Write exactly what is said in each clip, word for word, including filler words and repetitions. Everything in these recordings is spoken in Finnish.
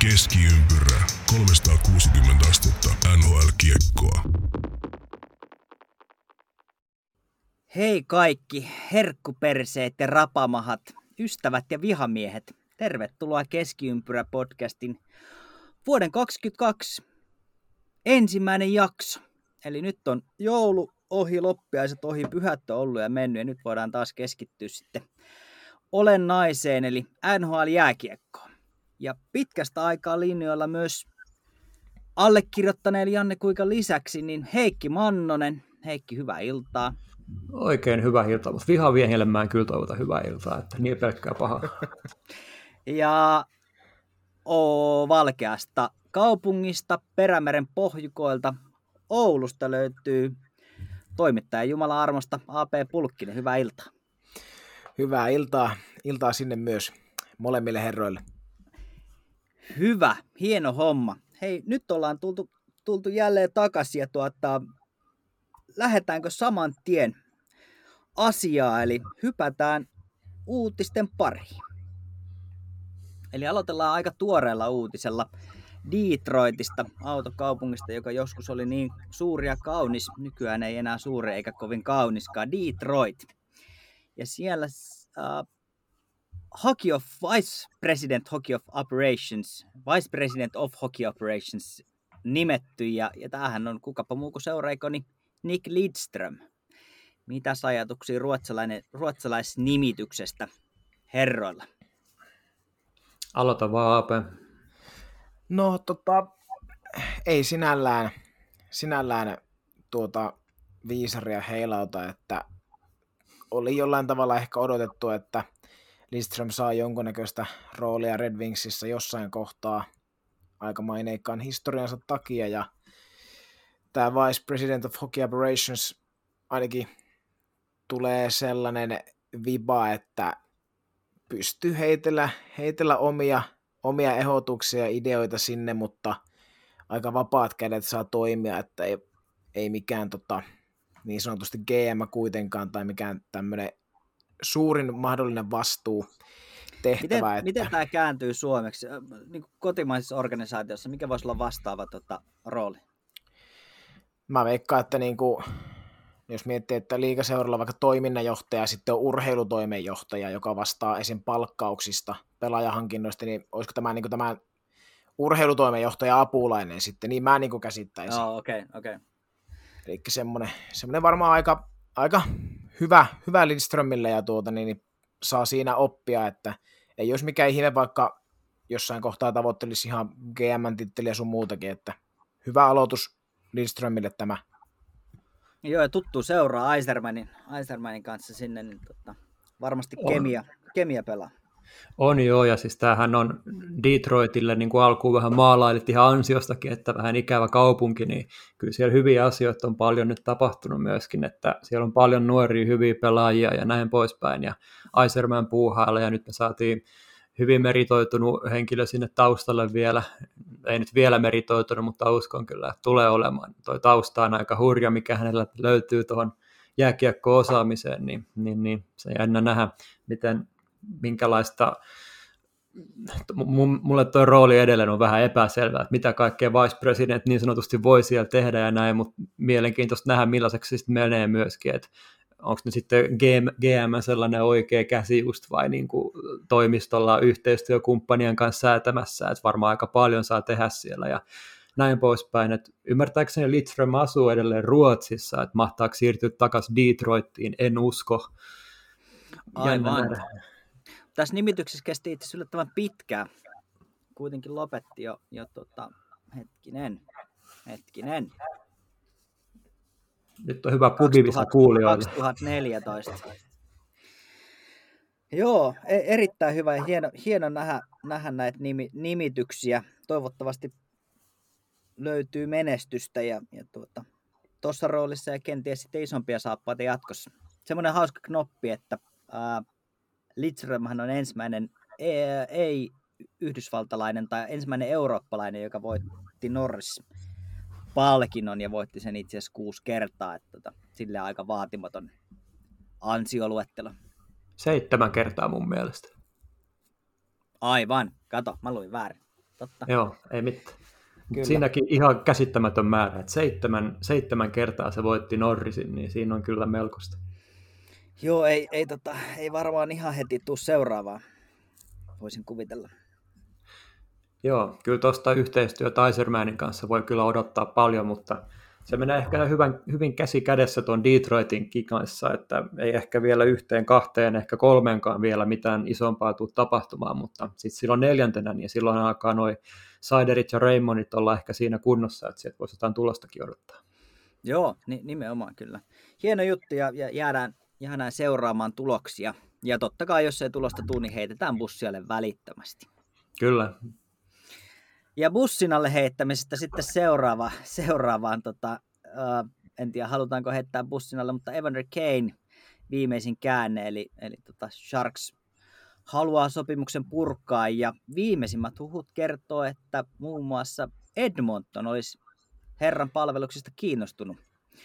Keskiympyrä, kolmesataakuusikymmentä astetta N H L-kiekkoa. Hei kaikki herkkuperseet ja rapamahat, ystävät ja vihamiehet. Tervetuloa Keskiympyrä-podcastin vuoden kaksikymmentäkaksi ensimmäinen jakso. Eli nyt on joulu ohi, loppiaiset ohi, pyhät on ollut ja mennyt ja nyt voidaan taas keskittyä sitten olennaiseen eli N H L-jääkiekkoon. Ja pitkästä aikaa linjoilla myös allekirjoittaneen Janne Kuikan lisäksi niin Heikki Mannonen. Heikki, hyvää iltaa. Oikein hyvää iltaa, mutta vihamiehille mä en kyllä toivota hyvää iltaa, että niin pelkkää pahaa. Ja o, Valkeasta kaupungista, Perämeren pohjukoilta, Oulusta löytyy toimittaja Jumalan armosta A P Pulkkinen. Hyvää iltaa. Hyvää iltaa, iltaa sinne myös molemmille herroille. Hyvä, hieno homma. Hei, nyt ollaan tultu, tultu jälleen takaisin ja tuota, lähdetäänkö saman tien asiaa, eli hypätään uutisten pariin. Eli aloitellaan aika tuoreella uutisella Detroitista, autokaupungista, joka joskus oli niin suuri ja kaunis, nykyään ei enää suuri eikä kovin kauniskaan, Detroit. Ja siellä äh, Hockey of Vice President Hockey of Operations, Vice President of Hockey Operations nimetty, ja, ja tämähän on kukapa muu kuin seuraikoni Nick Lidström. Mitäs ajatuksia ruotsalaisnimityksestä herroilla? Aloita vaan, Aape. No tota, ei sinällään, sinällään tuota viisaria heilauta, että oli jollain tavalla ehkä odotettu, että Lidström saa jonkunnäköistä roolia Red Wingsissä jossain kohtaa aika maineikkaan historiansa takia, ja tämä Vice President of Hockey Operations ainakin tulee sellainen viba, että pystyy heitellä, heitellä omia, omia ehdotuksia ja ideoita sinne, mutta aika vapaat kädet saa toimia, että ei, ei mikään tota, niin sanotusti G M kuitenkaan tai mikään tämmöinen suurin mahdollinen vastuu tehtävä. Miten, että... miten tämä kääntyy suomeksi niin kuin kotimaisessa organisaatiossa? Mikä voisi olla vastaava tota, rooli? Mä veikkaan, että niin kuin, jos miettii, että liigaseuralla vaikka toiminnanjohtaja ja sitten on urheilutoimenjohtaja, joka vastaa esim. Palkkauksista, pelaajahankinnoista, niin olisiko tämä, niin kuin tämä urheilutoimenjohtaja apulainen sitten, niin mä niin kuin käsittäisin. Joo, okei, okay, okei. Okay. Eli semmoinen, semmoinen varmaan aika, aika hyvä, hyvä Lidströmille ja tuota, niin saa siinä oppia, että ei olisi mikään ihme, vaikka jossain kohtaa tavoittelisi ihan G M-titteliä sun muutakin, että hyvä aloitus Lidströmille tämä. Joo, ja tuttu seuraa Eisermanin, Eisermanin kanssa sinne, niin tota, varmasti kemia, kemia pelaa. On joo, ja siis tämähän on Detroitille niin kuin alkuun vähän maalailit ihan ansiostakin, että vähän ikävä kaupunki, niin kyllä siellä hyviä asioita on paljon nyt tapahtunut myöskin, että siellä on paljon nuoria hyviä pelaajia ja näin poispäin, ja Eiserman puuhailla, ja nyt me saatiin hyvin meritoitunut henkilö sinne taustalle vielä, ei nyt vielä meritoitunut, mutta uskon kyllä, että tulee olemaan. Toi tausta on aika hurja, mikä hänellä löytyy tuohon jääkiekko-osaamiseen, niin, niin, niin se jännä nähdä, miten, minkälaista, mulle tuo rooli edelleen on vähän epäselvää, että mitä kaikkea vice president niin sanotusti voi siellä tehdä ja näin, mutta mielenkiintoista nähdä, millaiseksi sitten menee myöskin, että onko ne sitten G M sellainen oikea käsi just vai niin kuin toimistolla yhteistyökumppanien kanssa säätämässä, että varmaan aika paljon saa tehdä siellä ja näin poispäin. Että ymmärtääkseni Lidström asuu edelleen Ruotsissa, että mahtaako siirtyä takaisin Detroittiin, en usko. Aivan. Tässä nimityksessä kesti itse asiassa yllättävän pitkään. Kuitenkin lopetti jo, jo tota, hetkinen, hetkinen. Nyt on hyvä pubivisa kuulijoille. kaksituhattaneljätoista. Joo, erittäin hyvä ja hieno, hieno nähdä, nähdä näitä nimi, nimityksiä. Toivottavasti löytyy menestystä ja, ja tuota, tuossa roolissa ja kenties sitten isompia saappaita jatkossa. Semmoinen hauska knoppi, että ää, Lidströmhän on ensimmäinen ei-yhdysvaltalainen tai ensimmäinen eurooppalainen, joka voitti Norris palkinnon ja voitti sen itse asiassa kuusi kertaa, että tota, silleen aika vaatimaton ansioluettelo. Seitsemän kertaa mun mielestä. Aivan, kato, mä luin väärin. totta. Joo, ei mitään. Kyllä. Siinäkin ihan käsittämätön määrä, että seitsemän, seitsemän kertaa se voitti Norrisin, niin siinä on kyllä melkoista. Joo, ei, ei, tota, ei varmaan ihan heti tuu seuraavaan, voisin kuvitella. Joo, kyllä tuosta yhteistyötä Isermanin kanssa voi kyllä odottaa paljon, mutta se menee ehkä hyvän, hyvin käsi kädessä tuon Detroitin kanssa, että ei ehkä vielä yhteen, kahteen, ehkä kolmeenkaan vielä mitään isompaa tule tapahtumaan, mutta sitten silloin neljäntenä, niin silloin alkaa noi Siderit ja Raymondit olla ehkä siinä kunnossa, että sieltä voisi jotain tulostakin odottaa. Joo, ni- nimenomaan kyllä. Hieno juttu ja, ja jäädään, jäädään seuraamaan tuloksia. Ja totta kai, jos ei tulosta tule, niin heitetään bussialle välittömästi. Kyllä. Ja bussin alle heittämisestä sitten seuraava, seuraavaan, tota, uh, en tiedä halutaanko heittää bussin alle, mutta Evander Kane viimeisin käänne, eli, eli tota Sharks haluaa sopimuksen purkaa, ja viimeisimmät huhut kertoo, että muun muassa Edmonton olisi herran palveluksista kiinnostunut.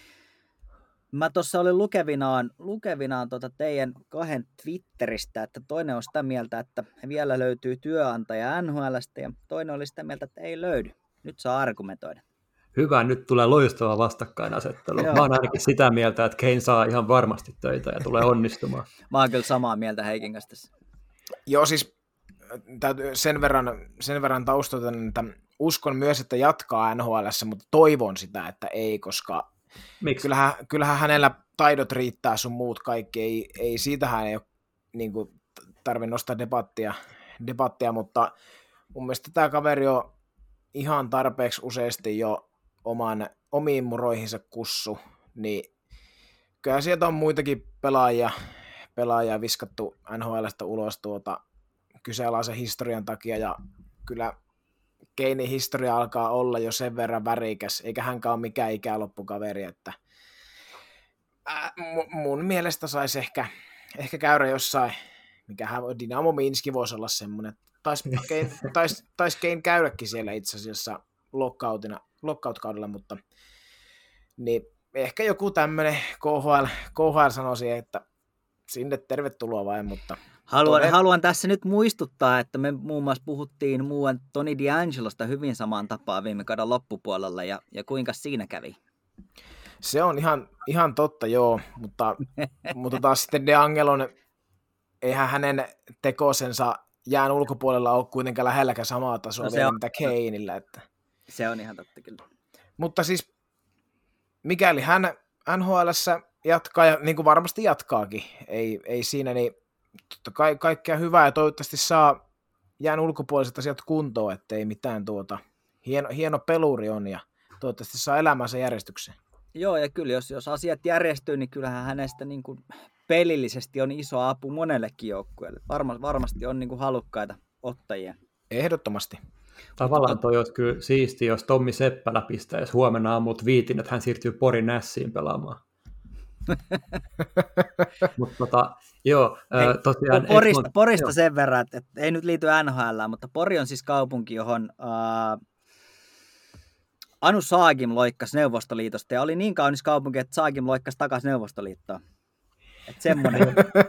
Mä tuossa olin lukevinaan, lukevinaan tota teidän kahden Twitteristä, että toinen on sitä mieltä, että vielä löytyy työnantaja N H L:stä, ja toinen oli sitä mieltä, että ei löydy. Nyt saa argumentoida. Hyvä, nyt tulee loistava vastakkainasettelu. Joo. Mä oon ainakin sitä mieltä, että Kane saa ihan varmasti töitä ja tulee onnistumaan. Mä oon kyllä samaa mieltä Heikin kanssa tässä. Joo, siis täytyy sen verran, sen verran taustalta, että uskon myös, että jatkaa N H L:ssä, mutta toivon sitä, että ei, koska Miksi? kyllähän, kyllähän hänellä taidot riittää sun muut kaikki, ei, ei siitähän ei ole niin kuin, tarvitse nostaa debattia, debattia, mutta mun mielestä tämä kaveri on ihan tarpeeksi useasti jo oman, omiin muroihinsa kussu, niin kyllä sieltä on muitakin pelaajia, pelaajia viskattu N H L:stä ulos tuota kyseenalaisen historian takia, ja kyllä Keinin historia alkaa olla jo sen verran värikäs, eikä hänkään ole mikään ikäloppukaveri, että ää, mun mielestä saisi ehkä, ehkä käydä jossain, mikähän Dynamo Minski voisi olla semmoinen, taisi Kane, tais, tais Kane käydäkin siellä itse asiassa lockoutina, lockout-kaudella, mutta niin ehkä joku tämmöinen K H L, K H L sanoisi, että sinne tervetuloa vain, mutta Haluan, toden... haluan tässä nyt muistuttaa, että me muun muassa puhuttiin muuan Tony DeAngelosta hyvin samaan tapaan viime kauden loppupuolella, ja, ja kuinka siinä kävi? Se on ihan, ihan totta, joo, mutta, mutta taas sitten DeAngelon, eihän hänen tekosensa jään ulkopuolella ole kuitenkaan lähelläkään samaa tasoa no, vielä on... mitä Kaneillä. Että... Se on ihan totta kyllä. Mutta siis mikäli hän N H L:ssä jatkaa, ja niin kuin varmasti jatkaakin, ei, ei siinä, niin totta kai kaikkea hyvää, ja toivottavasti saa jään ulkopuoliset asiat kuntoon, ettei mitään tuota, hieno, hieno peluri on, ja toivottavasti saa elämänsä järjestykseen. Joo, ja kyllä jos, jos asiat järjestyy, niin kyllähän hänestä niin kuin pelillisesti on iso apu monellekin joukkueelle. Varma, varmasti on niin kuin halukkaita ottajia. Ehdottomasti. Tavallaan toi olisi kyllä siisti, jos Tommi Seppälä pistäisi huomenna aamut viitin, että hän siirtyy Porin Nässiin pelaamaan. Mutta tota, joo, Hei, tosiaan... Porista, Edmont, Porista joo. sen verran, että, että ei nyt liity N H L:ään, mutta Pori on siis kaupunki, johon uh, Anu Saagim loikkasi Neuvostoliitosta, ja oli niin kaunis kaupunki, että Saagim loikkasi takaisin Neuvostoliittoon. Että semmoinen.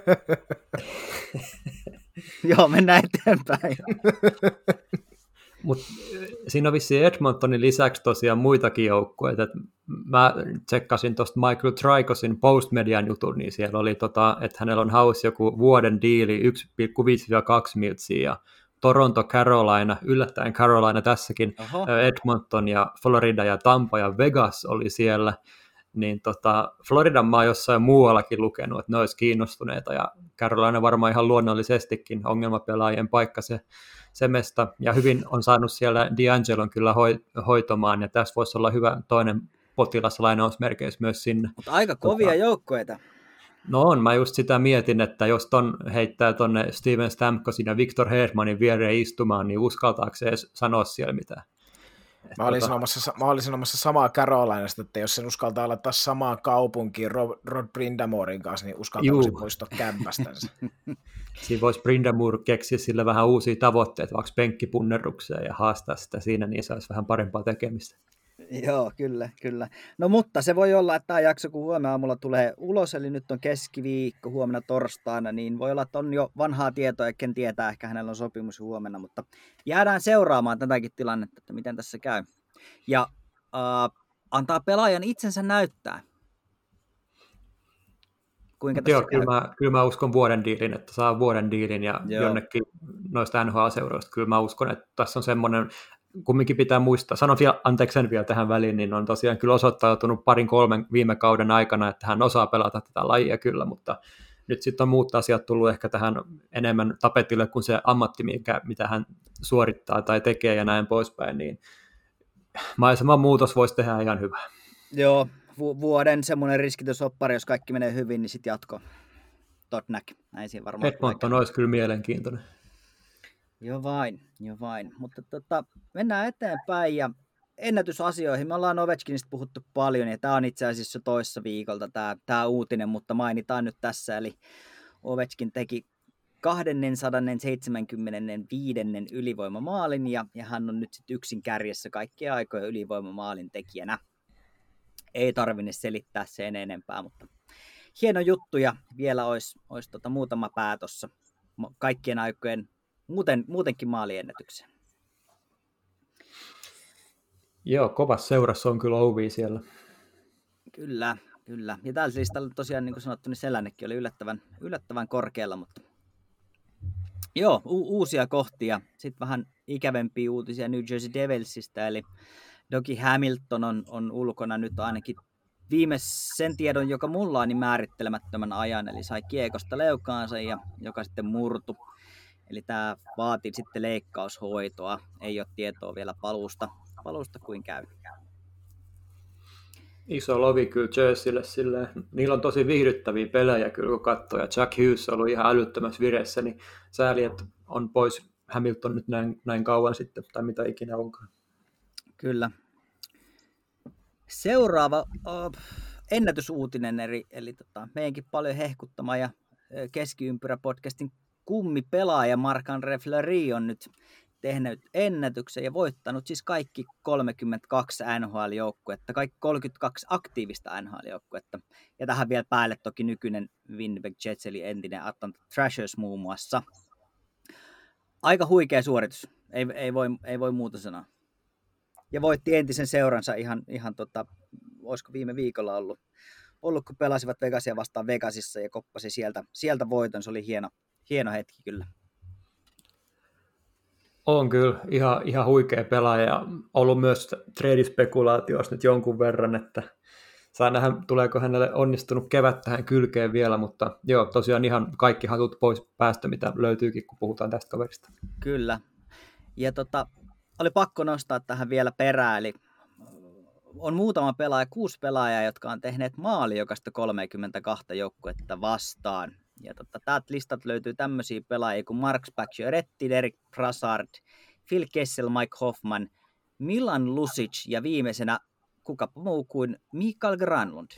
Joo, mennään eteenpäin. Mutta siinä on vissiin Edmontonin lisäksi tosiaan muitakin joukkueita. Mä tsekkasin tuosta Michael Tricosin Postmedian jutun, niin siellä oli, tota, että hänellä on haus joku vuoden diili yksi pilkku viisi kaksi miltsiä, ja Toronto, Carolina, yllättäen Carolina tässäkin, Oho. Edmonton ja Florida ja Tampa ja Vegas oli siellä, niin tota, Floridan mä oon jossain muuallakin lukenut, että ne olisi kiinnostuneita, ja Carolina varmaan ihan luonnollisestikin ongelmapelaajien paikka se, se mesta, ja hyvin on saanut siellä DeAngelon kyllä hoi- hoitomaan, ja tässä voisi olla hyvä toinen potilaslainausmerkeys myös sinne. Mutta aika kovia tota, joukkoita. No on, mä just sitä mietin, että jos ton heittää tonne Steven Stamkosin ja Victor Hedmanin viereen istumaan, niin uskaltaako se edes sanoa siellä mitään? Mä olin, tota... sanomassa, mä olin sanomassa samaa Carolinasta, että jos sen uskaltaa olla taas samaa kaupunkiin Rod, Rod Brindamorin kanssa, niin uskaltaa se poistua kämpästänsä. Siinä voisi Brindamore keksiä sille vähän uusia tavoitteita, vaikka penkkipunnerukseen ja haastaa sitä siinä, niin se olisi vähän parempaa tekemistä. Joo, kyllä, kyllä. No mutta se voi olla, että tämä jakso, kun huomenna aamulla tulee ulos, eli nyt on keskiviikko, huomenna torstaina, niin voi olla, että on jo vanhaa tietoa, ja ken tietää, ehkä hänellä on sopimus huomenna, mutta jäädään seuraamaan tätäkin tilannetta, että miten tässä käy. Ja äh, antaa pelaajan itsensä näyttää. Kuinka tässä Joo, käy? kyllä mä, kyllä mä uskon vuoden diilin, että saa vuoden diilin ja Joo. jonnekin noista N H L-seuroista. Kyllä mä uskon, että tässä on semmoinen, kumminkin pitää muistaa, sanon vielä, anteeksi sen vielä tähän väliin, niin on tosiaan kyllä osoittautunut parin kolmen viime kauden aikana, että hän osaa pelata tätä lajia kyllä, mutta nyt sitten on muut asiat tullut ehkä tähän enemmän tapetille kuin se ammatti, mikä, mitä hän suorittaa tai tekee ja näin poispäin, niin maiseman muutos voisi tehdä ihan hyvää. Joo, vu- vuoden semmoinen riskitysoppari, jos kaikki menee hyvin, niin sitten jatko. Totnäk, näin siinä varmaan. Edmonton olisi kyllä mielenkiintoinen. Joo vain, joo vain. Mutta tota, mennään eteenpäin ja ennätysasioihin. Me ollaan Ovechkinista puhuttu paljon ja tämä on itse asiassa toissa viikolta tämä, tämä uutinen, mutta mainitaan nyt tässä. Eli Ovechkin teki kaksisataaseitsemänkymmentäviisi ylivoimamaalin ja, ja hän on nyt sitten yksin kärjessä kaikkien aikojen ylivoimamaalin tekijänä. Ei tarvinne selittää sen enempää, mutta hieno juttu ja vielä olisi, olisi tota muutama pää tuossa kaikkien aikojen muuten, muutenkin maaliennätykseen. Joo, kovassa seurassa on kyllä Ovi siellä. Kyllä, kyllä. Ja tällä listalla tosiaan, niin kuin sanottu, niin Selännekin oli yllättävän, yllättävän korkealla, mutta joo, u- uusia kohtia. Sitten vähän ikävempiä uutisia New Jersey Devilsistä, eli Dougie Hamilton on, on ulkona nyt ainakin viimeisen tiedon, joka mulla on, niin määrittelemättömän ajan, eli sai kiekosta leukaansa, ja joka sitten murtu. Eli tämä vaatii sitten leikkaushoitoa. Ei ole tietoa vielä paluusta, paluusta kuin käy. Iso lovi kyllä Jerseylle silleen. Niillä on tosi viihdyttäviä pelejä kyllä kun katsoo. Ja Jack Hughes on ollut ihan älyttömässä vireessä, niin sääli, että on pois Hamilton nyt näin, näin kauan sitten, tai mitä ikinä onkaan. Kyllä. Seuraava oh, ennätysuutinen, eli, eli tota, meidänkin paljon hehkuttama ja Keskiympyrä-podcastin kummipelaaja Marc-Andre Fleury on nyt tehnyt ennätyksen ja voittanut siis kaikki kolmekymmentäkaksi N H L-joukkuetta, kaikki kolmekymmentäkaksi aktiivista N H L-joukkuetta. Ja tähän vielä päälle toki nykyinen Winnipeg Jets, eli entinen Atlanta Thrashers muun muassa. Aika huikea suoritus, ei, ei, voi, ei voi muuta sanoa. Ja voitti entisen seuransa ihan, ihan tota, olisiko viime viikolla ollut, ollut, kun pelasivat Vegasia vastaan Vegasissa ja koppasi sieltä, sieltä voiton. Se oli hieno, hieno hetki kyllä. On kyllä ihan, ihan huikea pelaaja ja ollut myös trade-spekulaatioissa nyt jonkun verran, että saa nähdä, tuleeko hänelle onnistunut kevät tähän kylkeen vielä, mutta joo, tosiaan ihan kaikki hatut pois päästä, mitä löytyykin, kun puhutaan tästä kaverista. Kyllä. Ja tota, oli pakko nostaa tähän vielä perään, eli on muutama pelaaja, kuusi pelaajaa, jotka on tehneet maali jokaista kolmekymmentäkaksi joukkuetta vastaan. Ja tota, täältä listat löytyy tämmöisiä pelaajia kuin Mark Pacioretty, Derek Brassard, Phil Kessel, Mike Hoffman, Milan Lucic ja viimeisenä kukapa muu kuin Mikael Granlund.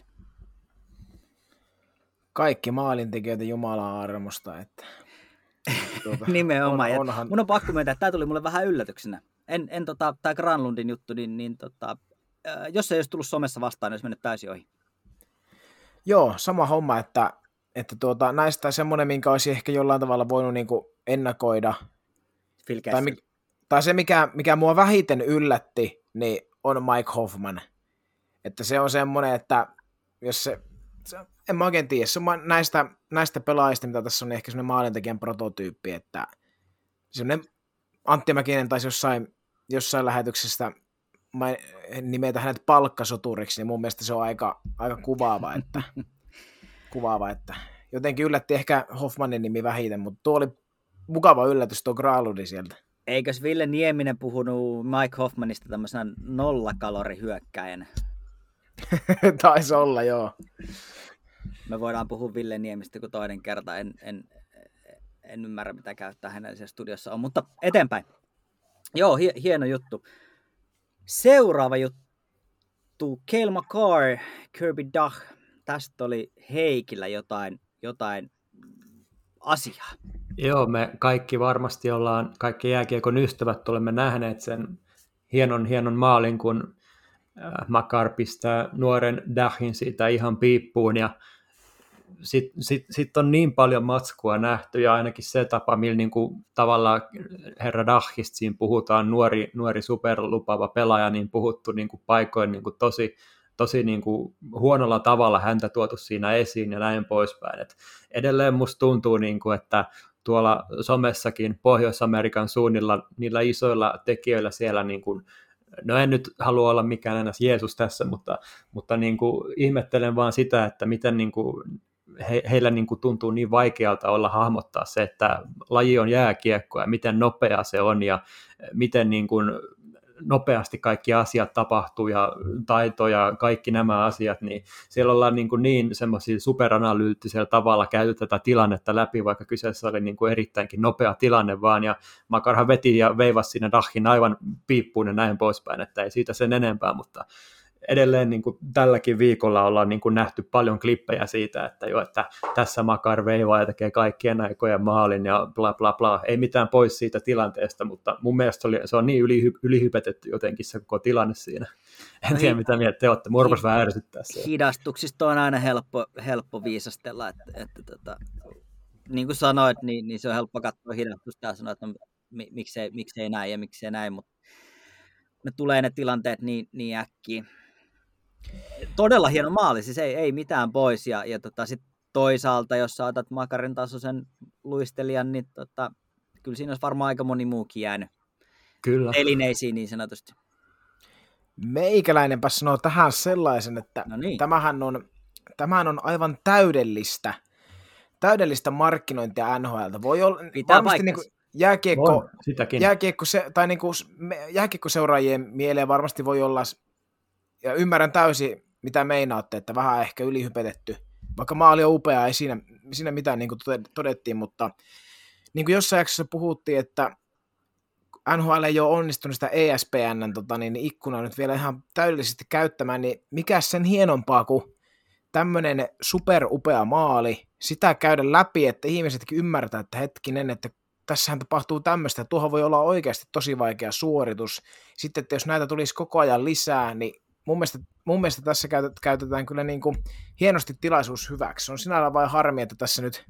Kaikki maalintekijöitä Jumalan armosta. Että, tuota, Nimenomaan. On, onhan... Mun on pakko myöntää, että tämä tuli mulle vähän yllätyksenä. En, en tota, tämä Granlundin juttu, niin, niin tota, äh, jos ei olisi tullut somessa vastaan, niin olisi mennyt täysin ohi. Joo, sama homma, että Että tuota, näistä semmoinen, minkä olisi ehkä jollain tavalla voinut niin kuin ennakoida, tai, mi- tai se, mikä, mikä mua vähiten yllätti, niin on Mike Hoffman. Että se on semmoinen, että jos se, se en mä oikein tiedä, se on näistä, näistä pelaajista, mitä tässä on ehkä semmoinen maalintekijän prototyyppi, että semmoinen Antti Mäkinen taisi jossain, jossain lähetyksessä nimetä hänet palkkasoturiksi, niin mun mielestä se on aika, aika kuvaava, että kuvaava, että jotenkin yllätti ehkä Hoffmanin nimi vähiten, mutta tuo oli mukava yllätys tuo Granlundi sieltä. Eikös Ville Nieminen puhunut Mike Hoffmanista tämmöisenä nollakalorihyökkäjänä? Taisi olla, joo. Me voidaan puhua Ville Niemistä kuin toinen kerta, en, en, en ymmärrä mitä käyttää hänellä siellä studiossa on, mutta eteenpäin. Joo, hieno juttu. Seuraava juttu, Cale Makar, Kirby Dach. Tästä oli Heikillä jotain, jotain asiaa. Joo, me kaikki varmasti ollaan, kaikki jääkiekon ystävät olemme nähneet sen hienon, hienon maalin, kun Makar pistää nuoren Dahin siitä ihan piippuun, ja sitten sit, sit on niin paljon matskua nähty, ja ainakin se tapa, millä niinku tavallaan herra Dahista siinä puhutaan, nuori, nuori superlupaava pelaaja, niin puhuttu niinku paikoin niinku tosi, tosi niinku huonolla tavalla häntä tuotu siinä esiin ja näin poispäin. Et edelleen musta tuntuu, niinku, että tuolla somessakin Pohjois-Amerikan suunnilla niillä isoilla tekijöillä siellä, niinku, no en nyt halua olla mikään enää Jeesus tässä, mutta, mutta niinku, ihmettelen vaan sitä, että miten niinku, he, heillä niin kuin tuntuu niin vaikealta olla hahmottaa se, että laji on jääkiekko ja miten nopea se on ja miten niin kuin nopeasti kaikki asiat tapahtuu ja taito ja kaikki nämä asiat, niin siellä ollaan niin, niin semmoisilla superanalyyttisellä tavalla käyty tätä tilannetta läpi, vaikka kyseessä oli niin kuin erittäinkin nopea tilanne vaan, ja Makarhan veti ja veivasi siinä Dahin aivan piippuun ja näin poispäin, että ei siitä sen enempää, mutta edelleen niin kuin tälläkin viikolla ollaan niin kuin nähty paljon klippejä siitä, että, jo, että tässä Makar veivaa ja tekee kaikkien aikojen maalin ja bla bla bla. Ei mitään pois siitä tilanteesta, mutta mun mielestä oli, se on niin yli, ylihypetetty jotenkin se koko tilanne siinä. En tiedä, mitä mieltä te olette. Mua rupesi vähän ärsyttää se. Hidastuksista on aina helppo, helppo viisastella, että, että tota, niin kuin sanoit, niin, niin se on helppo katsoa hidastusta ja sanoa, että no, miksei, miksei näin ja miksei näin, mutta ne tulee ne tilanteet niin, niin äkkiä. Todella hieno maali, siis ei, ei mitään pois, ja, ja tota, sit toisaalta, jos saatat Makarin tasoisen luistelijan, niin tota, kyllä siinä olisi varmaan aika moni muukin jäänyt kyllä telineisiin niin sanotusti. Meikäläinenpä sanoo tähän sellaisen, että no niin. tämähän, on, tämähän on aivan täydellistä, täydellistä markkinointia N H L:tä. Voi olla pitää varmasti niin kuin jääkiekko, on, jääkiekko, se, tai niin kuin jääkiekkoseuraajien mieleen varmasti voi olla. Ja ymmärrän täysin, mitä meinaatte, että vähän ehkä ylihypetetty. Vaikka maali on upea, ei siinä, siinä mitään niin kuin todettiin, mutta niin kuin jossain jaksossa puhuttiin, että N H L ei ole onnistunut sitä E S P N:n tota, niin ikkunaa nyt vielä ihan täydellisesti käyttämään, niin mikä sen hienompaa kuin tämmöinen superupea maali, sitä käydä läpi, että ihmisetkin ymmärtää, että hetkinen, että tässähän tapahtuu tämmöistä, että tuohon voi olla oikeasti tosi vaikea suoritus. Sitten, että jos näitä tulisi koko ajan lisää, niin Mun mielestä, mun mielestä tässä käytetään kyllä niin kuin hienosti tilaisuus hyväksi. On sinällään vain harmi, että tässä nyt,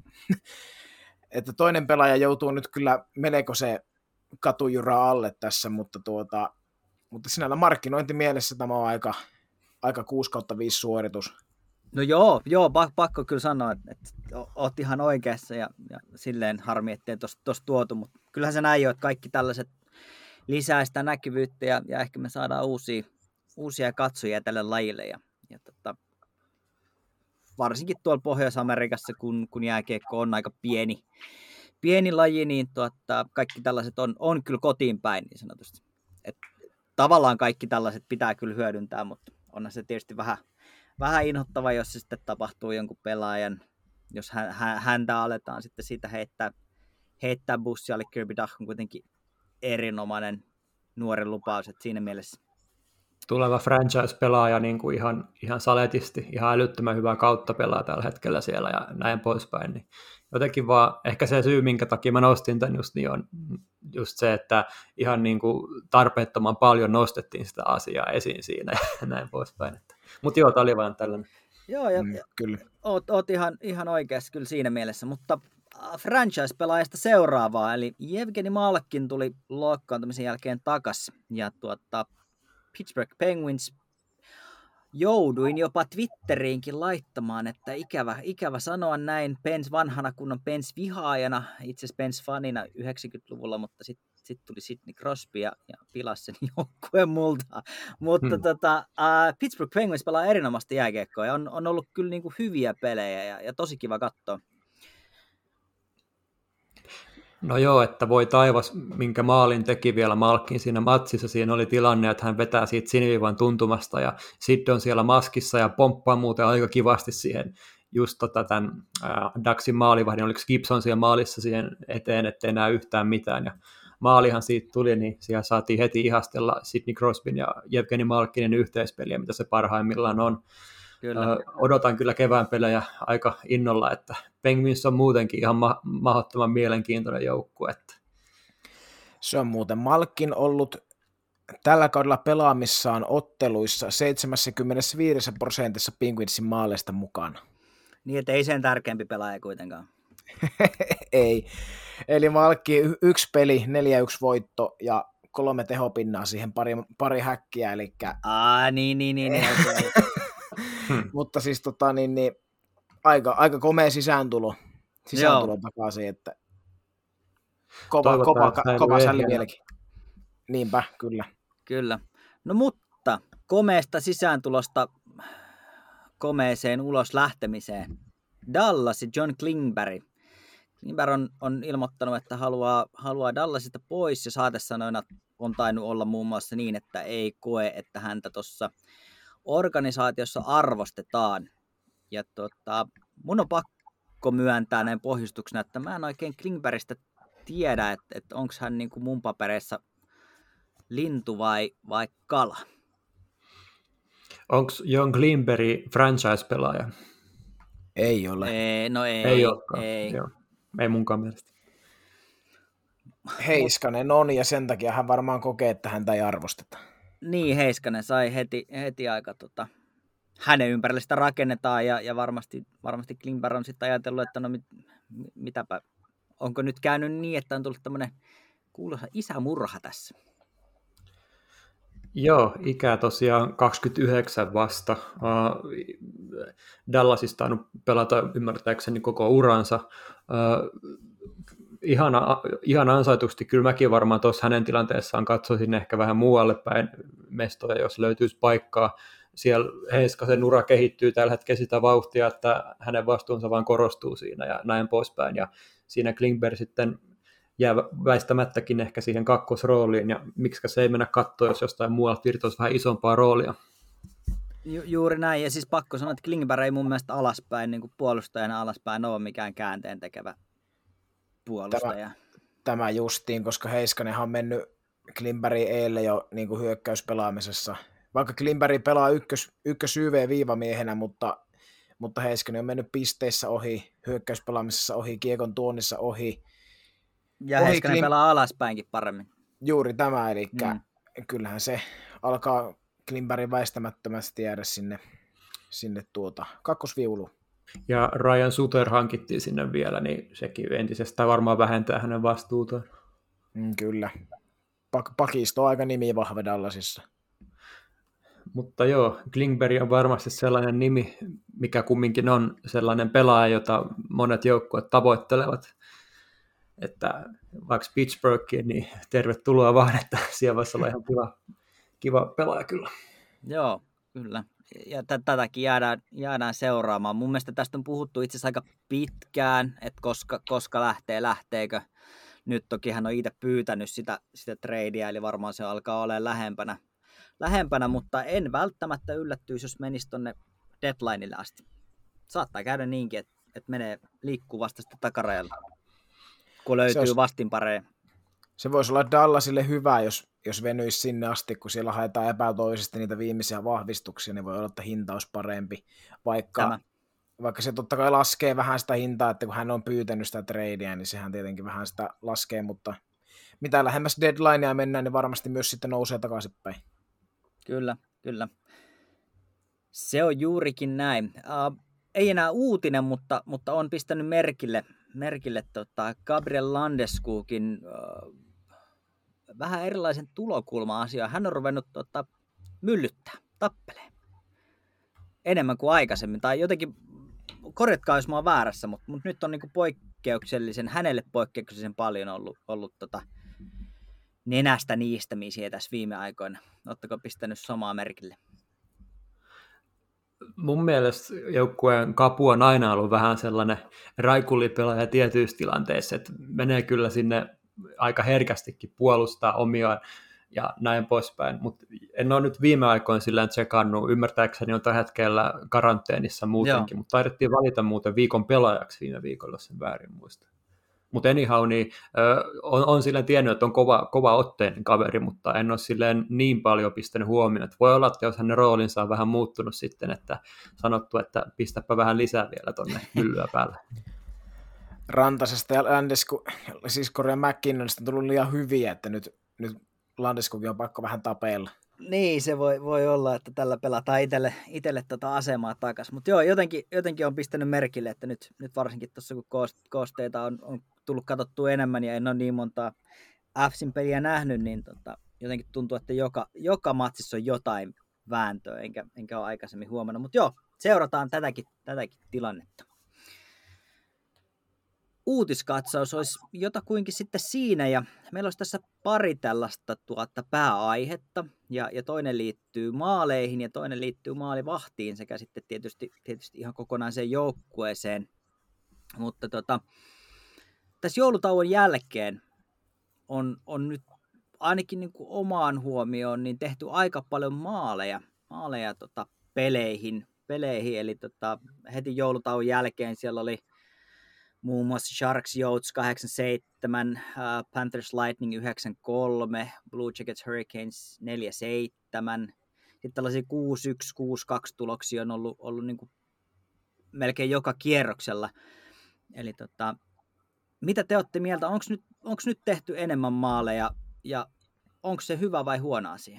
että toinen pelaaja joutuu nyt kyllä melko se katujura alle tässä, mutta, tuota, mutta sinällä markkinointimielessä tämä on aika, aika kuusi kautta viisi suoritus. No joo, joo pakko kyllä sanoa, että, että oot ihan oikeassa ja, ja silleen harmi, ettei tuossa tuotu, mutta kyllähän se näin jo, että kaikki tällaiset lisää sitä näkyvyyttä ja, ja ehkä me saadaan uusia uusia katsojia tälle lajille ja, ja tota, varsinkin tuolla Pohjois-Amerikassa, kun, kun jääkiekko on aika pieni, pieni laji, niin tuota, kaikki tällaiset on, on kyllä kotiin päin niin sanotusti. Et tavallaan kaikki tällaiset pitää kyllä hyödyntää, mutta onhan se tietysti vähän, vähän inhottava, jos se sitten tapahtuu jonkun pelaajan, jos hän, häntä aletaan sitten siitä heittää, heittää bussia, eli Kirby Dach on kuitenkin erinomainen nuori lupaus, että siinä mielessä tuleva franchise-pelaaja niin kuin ihan, ihan saletisti, ihan älyttömän hyvää kautta pelaa tällä hetkellä siellä ja näin poispäin. Niin jotenkin vaan, ehkä se syy, minkä takia mä nostin tämän just, niin on just se, että ihan niin kuin tarpeettoman paljon nostettiin sitä asiaa esiin siinä ja näin poispäin. Mutta joo, tämä oli vaan tällainen. Joo, ja, mm, kyllä. Oot, oot ihan, ihan oikeassa kyllä siinä mielessä, mutta franchise-pelaajasta seuraavaa, eli Jevgeni Malkin tuli loukkaantumisen jälkeen takaisin, ja tuota, Pittsburgh Penguins jouduin jopa Twitteriinkin laittamaan, että ikävä, ikävä sanoa näin Pens vanhana kunnon Pens-vihaajana, itse asiassa Pens-fanina yhdeksänkymmentäluvulla, mutta sitten sit tuli Sidney Crosby ja, ja pilasi sen joukkueen multa. Mutta hmm. tota, uh, Pittsburgh Penguins pelaa erinomaista jääkiekkoa ja on, on ollut kyllä niinku hyviä pelejä ja, ja tosi kiva katsoa. No joo, että voi taivas, minkä maalin teki vielä Malkin siinä matsissa. Siinä oli tilanne, että hän vetää siitä siniviivan tuntumasta ja Sid on siellä maskissa ja pomppaa muuten aika kivasti siihen just tota tämän äh, Daxin maalivahdin, oliko Gibson siellä maalissa siihen eteen, ettei näe yhtään mitään. Ja maalihan siitä tuli, niin siellä saatiin heti ihastella Sidney Crosbyn ja Jevgeni Malkinin yhteispeliä, mitä se parhaimmillaan on. Kyllä. Odotan kyllä kevään pelejä aika innolla, että Penguins on muutenkin ihan ma- mahdottoman mielenkiintoinen joukkue. Että. Se on muuten Malkin ollut tällä kaudella pelaamissaan otteluissa seitsemänkymmentäviisi prosentissa Penguinsin maaleista mukana. Niin, että ei sen tärkeämpi pelaaja kuitenkaan. Ei. Eli Malkki yksi peli, neljä yksi voitto ja kolme tehopinnaa siihen, pari, pari häkkiä, eli... Aa, niin, niin, niin. niin Mutta siis tota, niin, niin, aika, aika komea sisääntulo, sisääntulo takaisin, että kova, kova, kova, kova sälli vieläkin. Niinpä, kyllä. Kyllä. No mutta komeesta sisääntulosta komeeseen ulos lähtemiseen. Dallas ja John Klingberg. Klingberg on, on ilmoittanut, että haluaa, haluaa Dallasista pois ja saatesanoina on tainnut olla muun muassa niin, että ei koe, että häntä tuossa organisaatiossa arvostetaan. Ja tota, mun on pakko myöntää näin pohjustuksena, että mä en oikein Klingbergistä tiedä, että, että onko hän niin kuin mun papereissa lintu vai, vai kala. Onko John Klingberg franchise-pelaaja? Ei ole. Ei, no ei. Ei olekaan. Ei, Joo. Ei munkaan mielestä. Heiskanen on, ja sen takia hän varmaan kokee, että häntä ei arvosteta. Niin, Heiskanen sai heti, heti aika tota, hänen ympärille sitä rakennetaan, ja, ja varmasti, varmasti Klingberg on sitten ajatellut, että no mit, mitäpä, onko nyt käynyt niin, että on tullut tämmöinen kuuluisa isämurha tässä. Joo, ikää tosiaan kaksikymmentäyhdeksän vasta. Uh, Dallasista on pelata ymmärtääkseni koko uransa. Uh, ihana, ihan ansaitusti, kyllä mäkin varmaan tuossa hänen tilanteessaan katsoisin ehkä vähän muualle päin mestoja, jos löytyisi paikkaa. Siellä Heiskasen ura kehittyy tällä hetkellä sitä vauhtia, että hänen vastuunsa vaan korostuu siinä ja näin poispäin. Ja siinä Klingberg sitten jää väistämättäkin ehkä siihen kakkosrooliin, ja miksi se ei mennä katsoa, jos jostain muualta virtoisi vähän isompaa roolia. Ju- juuri näin, ja siis pakko sanoa, että Klingberg ei mun mielestä alaspäin, niin kuin puolustajana alaspäin ole mikään käänteen tekevä puolustaja. Tämä, tämä justiin, koska Heiskanenhan on mennyt Klingbergin eelle jo niin kuin hyökkäyspelaamisessa. Vaikka Klingberg pelaa ykkös, ykkös Y V-viivamiehenä, mutta, mutta Heiskanen on mennyt pisteissä ohi, hyökkäyspelaamisessa ohi, kiekon tuonnissa ohi. Ja ohi Heiskanen Klim... pelaa alaspäinkin paremmin. Juuri tämä, eli mm. kyllähän se alkaa Klingbergin väistämättömästi jäädä sinne, sinne tuota kakkosviuluun. Ja Ryan Suter hankittiin sinne vielä, niin sekin entisestään varmaan vähentää hänen vastuutaan. Mm, kyllä. Pak- pakisto on aika nimivahva Dallasissa. Mutta joo, Klingberg on varmasti sellainen nimi, mikä kumminkin on sellainen pelaaja, jota monet joukkueet tavoittelevat. Että vaikka Pittsburghiin, niin tervetuloa vaan, että siellä voisi olla ihan kiva, kiva pelaaja kyllä. Joo, kyllä. Ja t- tätäkin jäädään, jäädään seuraamaan. Mun mielestä tästä on puhuttu itse asiassa aika pitkään, että koska, koska lähtee, lähteekö. Nyt toki hän on itse pyytänyt sitä, sitä tradea, eli varmaan se alkaa olemaan lähempänä, lähempänä, mutta en välttämättä yllättyisi, jos menisi tuonne deadlineille asti. Saattaa käydä niinkin, että, että menee liikkuu vasta sitten takarajalla, kun löytyy olisi, vastinpareja. Se voisi olla Dallasille hyvä, jos, jos venyisi sinne asti, kun siellä haetaan epätoisesti niitä viimeisiä vahvistuksia, niin voi olla, että hinta olisi parempi, vaikka, vaikka se totta kai laskee vähän sitä hintaa, että kun hän on pyytänyt sitä tradea, niin sehän tietenkin vähän sitä laskee, mutta mitä lähemmäs deadlinea mennään, niin varmasti myös sitten nousee takaisinpäin. Kyllä, kyllä. Se on juurikin näin. Uh, ei enää uutinen, mutta, mutta on pistänyt merkille, merkille tota Gabriel Landeskogin uh, vähän erilaisen tulokulma-asiaa. Hän on ruvennut tota, myllyttää, tappelee enemmän kuin aikaisemmin. Tai jotenkin, korjatkaa jos mä oon väärässä, mutta, mutta nyt on niinku poikkeuksellisen, hänelle poikkeuksellisen paljon ollut, ollut tota, nenästä niistämisiä tässä viime aikoina. Oletteko pistänyt samaa merkille? Mun mielestä joukkueen kapu on aina ollut vähän sellainen raikulipelaaja tietyissä tilanteissa, että menee kyllä sinne aika herkästikin puolustaa omiaan ja näin poispäin, mutta en ole nyt viime aikoina sillä tsekannut, ymmärtääkseni on tällä hetkellä karanteenissa muutenkin, Joo. mutta taidettiin valita muuten viikon pelaajaksi viime viikolla, sen väärin muista. Mutta anyhow, niin, ö, on, on silleen tiennyt, että on kova, kova otteinen kaveri, mutta en ole silleen niin paljon pistänyt huomioon. Että voi olla, että jos hänen roolinsa on vähän muuttunut sitten, että sanottu, että pistäpä vähän lisää vielä tuonne myllyä päälle. Rantasesta ja Landeskog, siis Corey McKinnonista on tullut liian hyviä, että nyt, nyt Landeskogin on pakko vähän tapeilla. Niin, se voi, voi olla, että tällä pelataan itselle, itselle tota asemaa takaisin. Mutta joo, jotenkin, jotenkin on pistänyt merkille, että nyt, nyt varsinkin tuossa kun koosteita on, on tullut katsottua enemmän ja en ole niin montaa F C peliä nähnyt, niin tota, jotenkin tuntuu, että joka, joka matsissa on jotain vääntöä, enkä, enkä ole aikaisemmin huomannut. Mutta joo, seurataan tätäkin, tätäkin tilannetta. Uutiskatsaus olisi jotakuinkin sitten siinä, ja meillä olisi tässä pari tällaista tuota pääaihetta, ja, ja toinen liittyy maaleihin, ja toinen liittyy maalivahtiin, sekä sitten tietysti, tietysti ihan kokonaiseen joukkueeseen. Mutta tota, tässä joulutauon jälkeen on, on nyt ainakin niin kuin omaan huomioon niin tehty aika paljon maaleja, maaleja tota, peleihin, peleihin, eli tota, heti joulutauon jälkeen siellä oli muun muassa Sharks Yotes kahdeksankymmentäseitsemän, uh, Panthers Lightning yhdeksänkymmentäkolme, Blue Jackets Hurricanes neljäkymmentäseitsemän. Sitten tällaisia kuusi yksi, kuusi kaksi tuloksia on ollut, ollut niin kuin melkein joka kierroksella. Eli tota, mitä te olette mieltä? Onko nyt, onko nyt tehty enemmän maaleja ja onko se hyvä vai huono asia?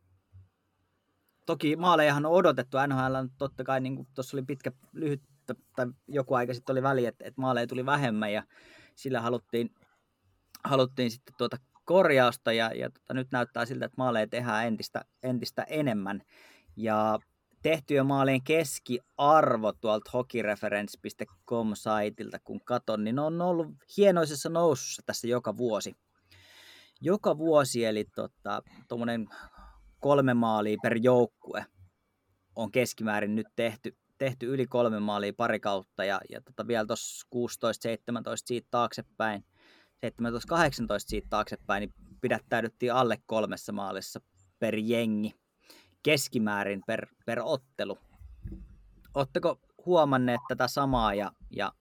Toki maalejahan on odotettu. N H L on totta kai, niin kuin tuossa oli pitkä, lyhyt tai joku aika sitten oli väli, että, että maaleja tuli vähemmän ja sillä haluttiin, haluttiin sitten tuota korjausta ja, ja tota, nyt näyttää siltä, että maaleja tehdään entistä, entistä enemmän. Ja tehtyjen maalien keskiarvo tuolta hockeyreference piste com-saitilta, kun katon, niin ne on ollut hienoisessa nousussa tässä joka vuosi. Joka vuosi, eli tuommoinen tota, kolme maalia per joukkue on keskimäärin nyt tehty, tehty yli kolme maalia pari kautta, ja, ja tota vielä tuossa kuusitoista seitsemäntoista siitä taaksepäin, seitsemäntoista kahdeksantoista siitä taaksepäin, niin pidättäydyttiin alle kolmessa maalissa per jengi, keskimäärin per, per ottelu. Oletteko huomanneet tätä samaa, ja, ja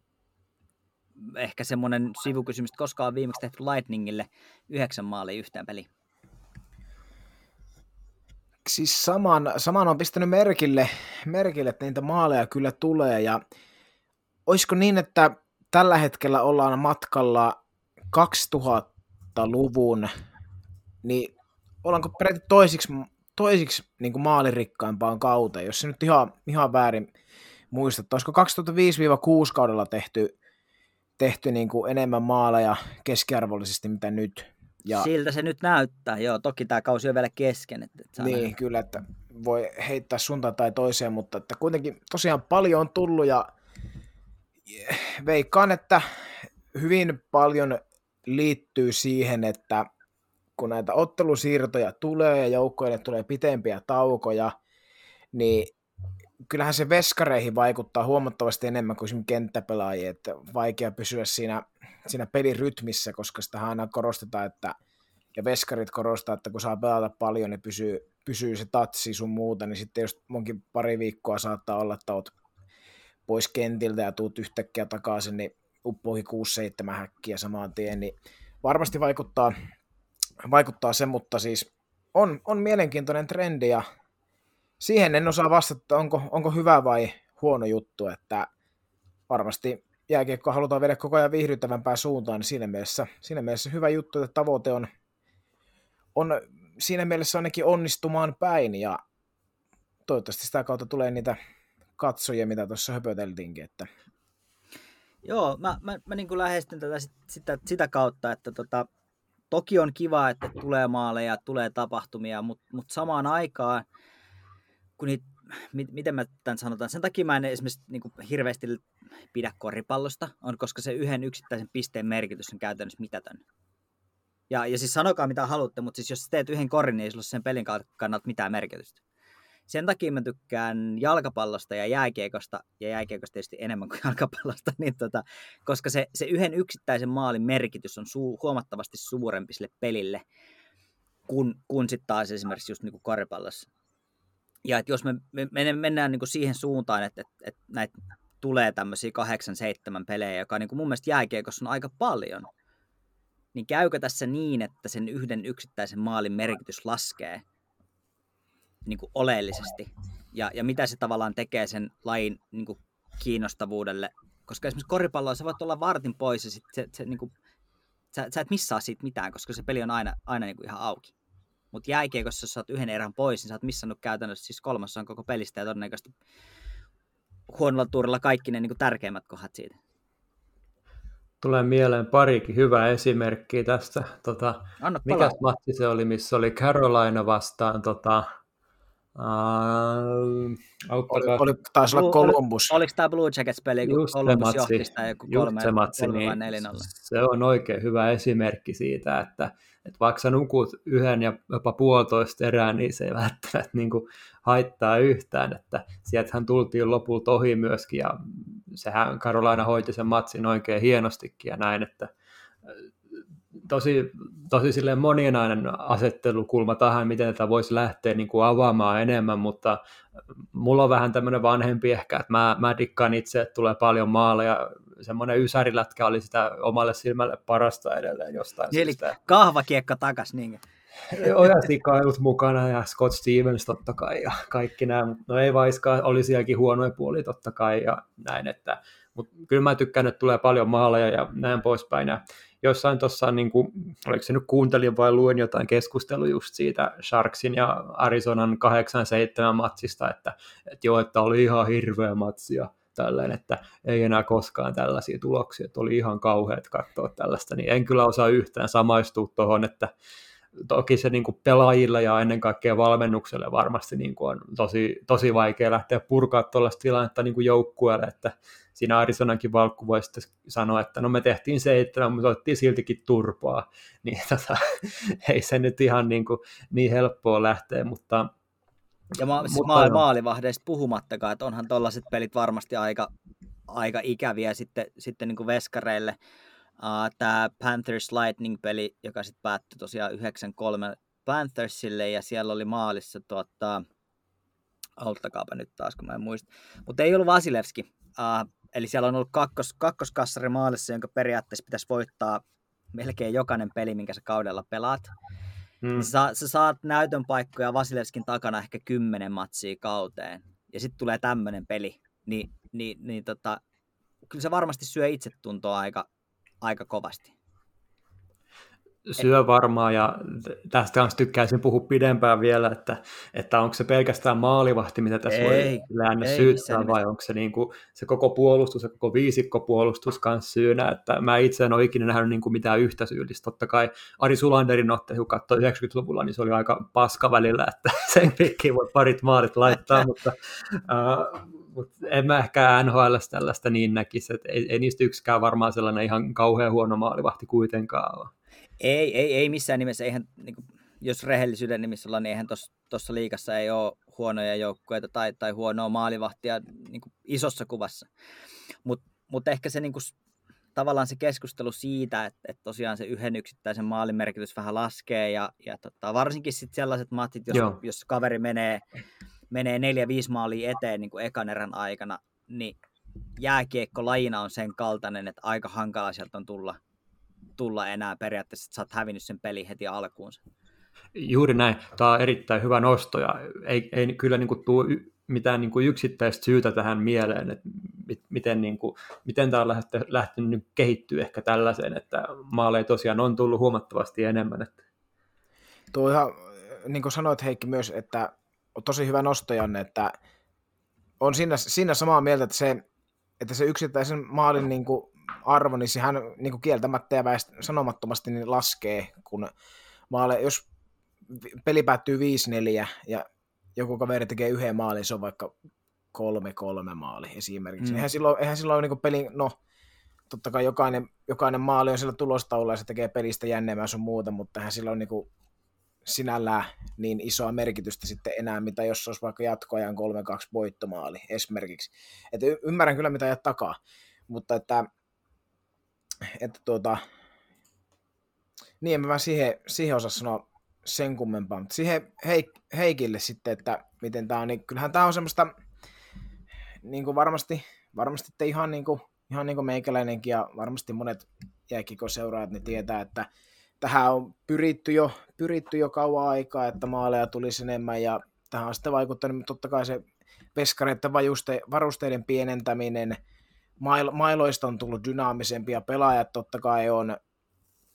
ehkä semmoinen sivukysymys, että koska on viimeksi tehty Lightningille yhdeksän maalia yhteen peliin? Siis saman, saman on pistänyt merkille, merkille, että niitä maaleja kyllä tulee, ja olisiko niin, että tällä hetkellä ollaan matkalla kaksituhattaluvun, niin ollaanko peräti toisiksi, toisiksi niin kuin maalirikkaimpaan kauteen, jos se nyt ihan, ihan väärin muistat. Olisiko kaksituhattaviisi kuusi kaudella tehty, tehty niin kuin enemmän maaleja keskiarvollisesti mitä nyt? Ja siltä se nyt näyttää, joo. Toki tämä kausi on vielä kesken. Että, että niin, nähdä. Kyllä, että voi heittää suuntaan tai toiseen, mutta että kuitenkin tosiaan paljon on tullut ja veikkaan, että hyvin paljon liittyy siihen, että kun näitä ottelusiirtoja tulee ja joukkoille tulee pitempiä taukoja, niin kyllähän se veskareihin vaikuttaa huomattavasti enemmän kuin kenttäpelaajia, että vaikea pysyä siinä, siinä pelirytmissä, koska sitä aina korostetaan, että, ja veskarit korostaa, että kun saa pelata paljon, niin pysyy, pysyy se tatsi sun muuta, niin sitten jos monkin pari viikkoa saattaa olla, että oot pois kentiltä ja tuut yhtäkkiä takaisin, niin uppoihin kuusi seitsemän häkkiä samaan tien, niin varmasti vaikuttaa, vaikuttaa se, mutta siis on, on mielenkiintoinen trendi ja siihen en osaa vastata, onko, onko hyvä vai huono juttu, että varmasti jääkiekkoa halutaan viedä koko ajan viihdyttävämpään suuntaan, niin siinä mielessä, siinä mielessä hyvä juttu, että tavoite on, on siinä mielessä ainakin onnistumaan päin, ja toivottavasti sitä kautta tulee niitä katsojia, mitä tuossa höpöteltiinkin. Että joo, mä, mä, mä niin kuin lähestyn tätä sit, sitä, sitä kautta, että tota, toki on kiva, että tulee maaleja, tulee tapahtumia, mutta mut samaan aikaan kun niitä, miten mä tämän sanotaan, sen takia mä en esimerkiksi niin kuin hirveästi pidä koripallosta, on, koska se yhden yksittäisen pisteen merkitys on käytännössä mitätön. Ja, ja siis sanokaa mitä haluatte, mutta siis jos teet yhden korin, niin ei sulla sen pelin kannalta mitään merkitystä. Sen takia mä tykkään jalkapallosta ja jääkiekosta, ja jääkiekosta tietysti enemmän kuin jalkapallosta, niin tota, koska se, se yhden yksittäisen maalin merkitys on su, huomattavasti suurempi sille pelille, kun, kun sitten taas esimerkiksi just niin kuin koripallossa. Ja että jos me, me mennään niin kuin siihen suuntaan, että, että, että näitä tulee tämmöisiä kahdeksan seitsemän pelejä, joka niin kuin mun mielestä jääkiekossa on aika paljon, niin käykö tässä niin, että sen yhden yksittäisen maalin merkitys laskee niin kuin oleellisesti? Ja, ja mitä se tavallaan tekee sen lajin niin kuin kiinnostavuudelle? Koska esimerkiksi koripalloa sä voit olla vartin pois ja sit se, se, niin kuin, sä, sä et missaa siitä mitään, koska se peli on aina, aina niin kuin ihan auki. Mutta jääkiekossa, jos sä oot yhden erän pois, niin sä oot missannut käytännössä siis kolmasosan koko pelistä ja todennäköisesti huonolla tuurilla kaikki ne niin kuin tärkeimmät kohdat siitä. Tulee mieleen parikin hyvää esimerkkiä tästä. Tota, mikäs matsi se oli, missä oli Carolina vastaan tota, Uh, oli, oli, taisi olla Columbus. Oliko tämä Blue Jackets-peli, kun Columbus johti sitä joku kolme, se matsi, kolme niin vai neljä nolla? Se on oikein hyvä esimerkki siitä, että, että vaikka sä nukut yhden ja jopa puolitoista erää, niin se ei välttämättä niin kuin haittaa yhtään. Että sieltähän tultiin lopulta ohi myöskin, ja sehän Carolina hoiti sen matsin oikein hienostikin ja näin, että tosi, tosi silleen moninainen asettelukulma tähän, miten tätä voisi lähteä niin kuin avaamaan enemmän, mutta mulla on vähän tämmöinen vanhempi ehkä, että mä, mä dikkaan itse, että tulee paljon maaleja, semmoinen ysärilätkä oli sitä omalle silmälle parasta edelleen jostain eli syystä. Kahvakiekka takas, niin. Oja Sikailut mukana ja Scott Stevens totta kai ja kaikki nämä, no ei vaiskaan, oli sielläkin huonoja puolia totta kai ja näin, että mutta kyllä mä tykkään, että tulee paljon maaleja ja näin poispäin. Ja jossain tuossa, niin kuin, oliko se nyt kuuntelin vai luin jotain keskustelua just siitä Sharksin ja Arizonan kahdeksan seitsemän matsista, että, että joo, että oli ihan hirveä matsi ja tällainen, että ei enää koskaan tällaisia tuloksia, että oli ihan kauheat katsoa tällaista, niin en kyllä osaa yhtään samaistua tuohon, että toki se niin kuin pelaajilla ja ennen kaikkea valmennukselle varmasti niin kuin on tosi, tosi vaikea lähteä purkaa tuollaista tilannetta niin kuin joukkueelle, että siinä Arizonankin valkku voi sitten sanoa, että no me tehtiin seitsemän, mutta otettiin siltikin turpaa, niin tota, ei se nyt ihan niin, kuin, niin helppoa lähteä, mutta ja ma- siis mutta maalivahdeista puhumattakaan, että onhan tollaiset pelit varmasti aika, aika ikäviä sitten, sitten niin kuin veskareille. Uh, tämä Panthers Lightning-peli, joka sitten päättyi tosiaan yhdeksän kolme Panthersille, ja siellä oli maalissa, tuota, auttakaapa nyt taas, kun mä en muista, mutta ei ollut Vasilevski, uh, eli siellä on ollut kakkos, kakkoskassari maalissa, jonka periaatteessa pitäisi voittaa melkein jokainen peli, minkä sä kaudella pelaat. Hmm. Sä, sä saat näytön paikkoja Vasilevskin takana ehkä kymmenen matsia kauteen, ja sitten tulee tämmöinen peli, niin, niin, niin tota, kyllä se varmasti syö itsetuntoa aika, aika kovasti. Syö varmaan, ja tästä kanssa tykkäisin puhua pidempään vielä, että, että onko se pelkästään maalivahti, mitä tässä ei, voi läänne syyttää, vai onko se, niin kuin, se koko puolustus ja koko viisikkopuolustus kanssa syynä, että mä itse en ole ikinä nähnyt niin kuin mitään yhtä syyllistä. Totta kai Ari Sulanderin ottelu, kun katsoi yhdeksänkymmentäluvulla, niin se oli aika paska välillä, että sen pikkiin voi parit maalit laittaa, mutta uh, mutta en mä ehkä N H L:ssä tällaista niin näkisi, että ei, ei niistä yksikään varmaan sellainen ihan kauhean huono maalivahti kuitenkaan ole. Ei, ei, ei missään nimessä, eihän, niin kuin, jos rehellisyyden nimissä ollaan, niin eihän tuossa liigassa ei ole huonoja joukkueita tai, tai huonoa maalivahtia niin kuin isossa kuvassa. Mutta mut ehkä se niin kuin, tavallaan se keskustelu siitä, että, että tosiaan se yhden yksittäisen maalin merkitys vähän laskee, ja, ja tota, varsinkin sitten sellaiset matit, jos, jos kaveri menee, menee neljä viisi maalia eteen niin kuin ekan erän aikana, niin jääkiekko lajina on sen kaltainen, että aika hankala sieltä on tulla. tulla enää periaatteessa, että sä oot hävinnyt sen pelin heti alkuunsa. Juuri näin. Tämä on erittäin hyvä nosto, ja ei, ei kyllä niin kuin tule mitään niin kuin yksittäistä syytä tähän mieleen, että miten, niin kuin, miten tämä on lähtenyt, lähtenyt kehittyä ehkä tällaiseen, että maaleja tosiaan on tullut huomattavasti enemmän. Että... Tuo ihan, niin kuin sanoit Heikki myös, että on tosi hyvä nosto, Janne, että on siinä, siinä samaa mieltä, että se, että se yksittäisen maalin niin kuin arvo, niin sehän niin kuin kieltämättä ja väest, sanomattomasti niin laskee, kun maale, jos peli päättyy viisi neljä ja joku kaveri tekee yhden maalin, se on vaikka kolme kolme maali esimerkiksi. Mm. Eihän silloin, eihän silloin niin kuin pelin, no totta kai jokainen, jokainen maali on siellä tulostaululla ja se tekee pelistä jännemmää sun muuta, mutta eihän silloin niin kuin sinällään niin isoa merkitystä sitten enää, mitä jos olisi vaikka jatkoajan kolme kaksi voittomaali esimerkiksi. Et y- ymmärrän kyllä, mitä ajat takaa, mutta että että tuota, niin en mä siihen, siihen osaa sanoa sen kummempaa, mutta siihen Heik- Heikille sitten, että miten tää on, niin kyllähän tää on semmoista, niin kuin varmasti, varmasti te ihan niin kuin, ihan niin kuin meikäläinenkin ja varmasti monet jääkiekkoseuraajat niin tietää, että tähän on pyritty jo, pyritty jo kauan aikaa, että maaleja tulisi enemmän, ja tähän on sitten vaikuttanut totta kai se veskareiden varusteiden pienentäminen, mailoista on tullut dynaamisempia, pelaajat totta kai on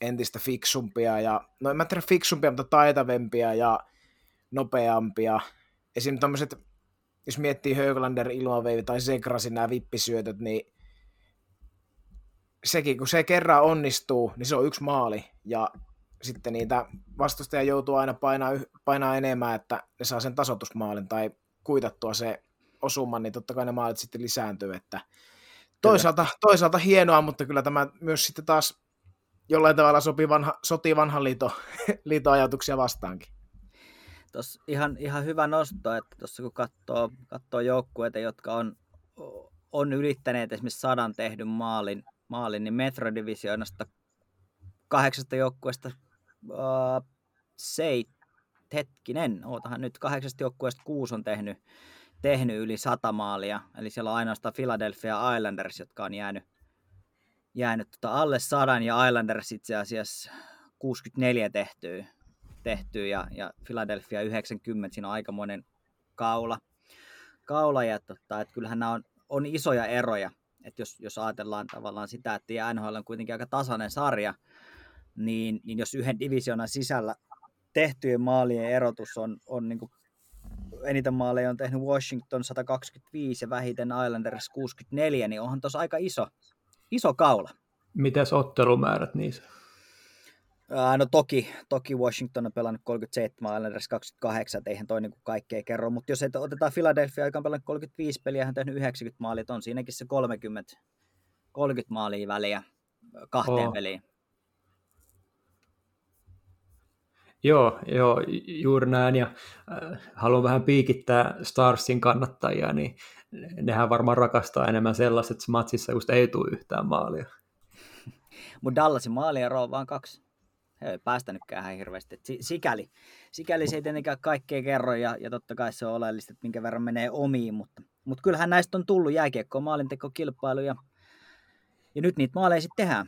entistä fiksumpia ja, no en mä tiedä fiksumpia, mutta taitavempia ja nopeampia. Esimerkiksi tämmöiset, jos miettii Höglander, Ilmaveivi tai Zegrasin nämä vippisyötöt, niin sekin, kun se kerran onnistuu, niin se on yksi maali, ja sitten niitä vastustaja joutuu aina painaa, painaa enemmän, että ne saa sen tasoitusmaalin tai kuitattua se osuman, niin totta kai ne maalit sitten lisääntyy, että toisaalta, toisaalta hienoa, mutta kyllä tämä myös sitten taas jollain tavalla sopii vanha, sotii vanhan liito, liitoajatuksia vastaankin. Tuossa ihan, ihan hyvä nosto, että tuossa kun katsoo, katsoo joukkueita, jotka on, on ylittäneet esimerkiksi sadan tehdyn maalin, maalin niin Metro-divisioonasta kahdeksasta joukkueesta uh, seit, hetkinen, ootahan nyt kahdeksasta joukkueesta kuusi on tehnyt, tehnyt yli sata maalia, eli siellä on ainoastaan Philadelphia Islanders, jotka on jäänyt, jäänyt tota alle sadan, ja Islanders itse asiassa kuusikymmentäneljä tehtyä, tehtyä ja, ja Philadelphia yhdeksänkymmentä, siinä on aikamoinen kaula, kaula ja tota, että kyllähän nämä on, on isoja eroja, että jos, jos ajatellaan tavallaan sitä, että N H L on kuitenkin aika tasainen sarja, niin, niin jos yhden divisioonan sisällä tehtyjen maalien erotus on, on niin kuin eniten maaleja on tehnyt Washington sata kaksikymmentäviisi ja vähiten Islanders kuusikymmentäneljä, niin onhan tuossa aika iso, iso kaula. Mites ottelumäärät niissä? Ää, no toki, toki Washington on pelannut kolmekymmentäseitsemän, Islanders kaksikymmentäkahdeksan, et eihän toi niin kaikkea kerro, mutta jos et otetaan Philadelphia, joka on pelannut kolmekymmentäviisi peliä, hän on tehnyt yhdeksänkymmentä maalia, on siinäkin se kolmekymmentä, kolmekymmentä maalia väliä kahteen Oh. peliin. Joo, joo, juuri näin, ja äh, haluan vähän piikittää Starsin kannattajia, niin nehän varmaan rakastaa enemmän sellaista, että matsissa just ei tule yhtään maalia. Mutta Dallasin maaliero on vaan kaksi. He ei päästänytkään ihan hirveästi. Et sikäli, sikäli se ei tietenkään kaikkea kerro, ja, ja totta kai se on oleellista, että minkä verran menee omiin, mutta, mutta kyllähän näistä on tullut jääkiekkoa, maalintekokilpailu, ja, ja nyt niitä maaleja sitten tehdään.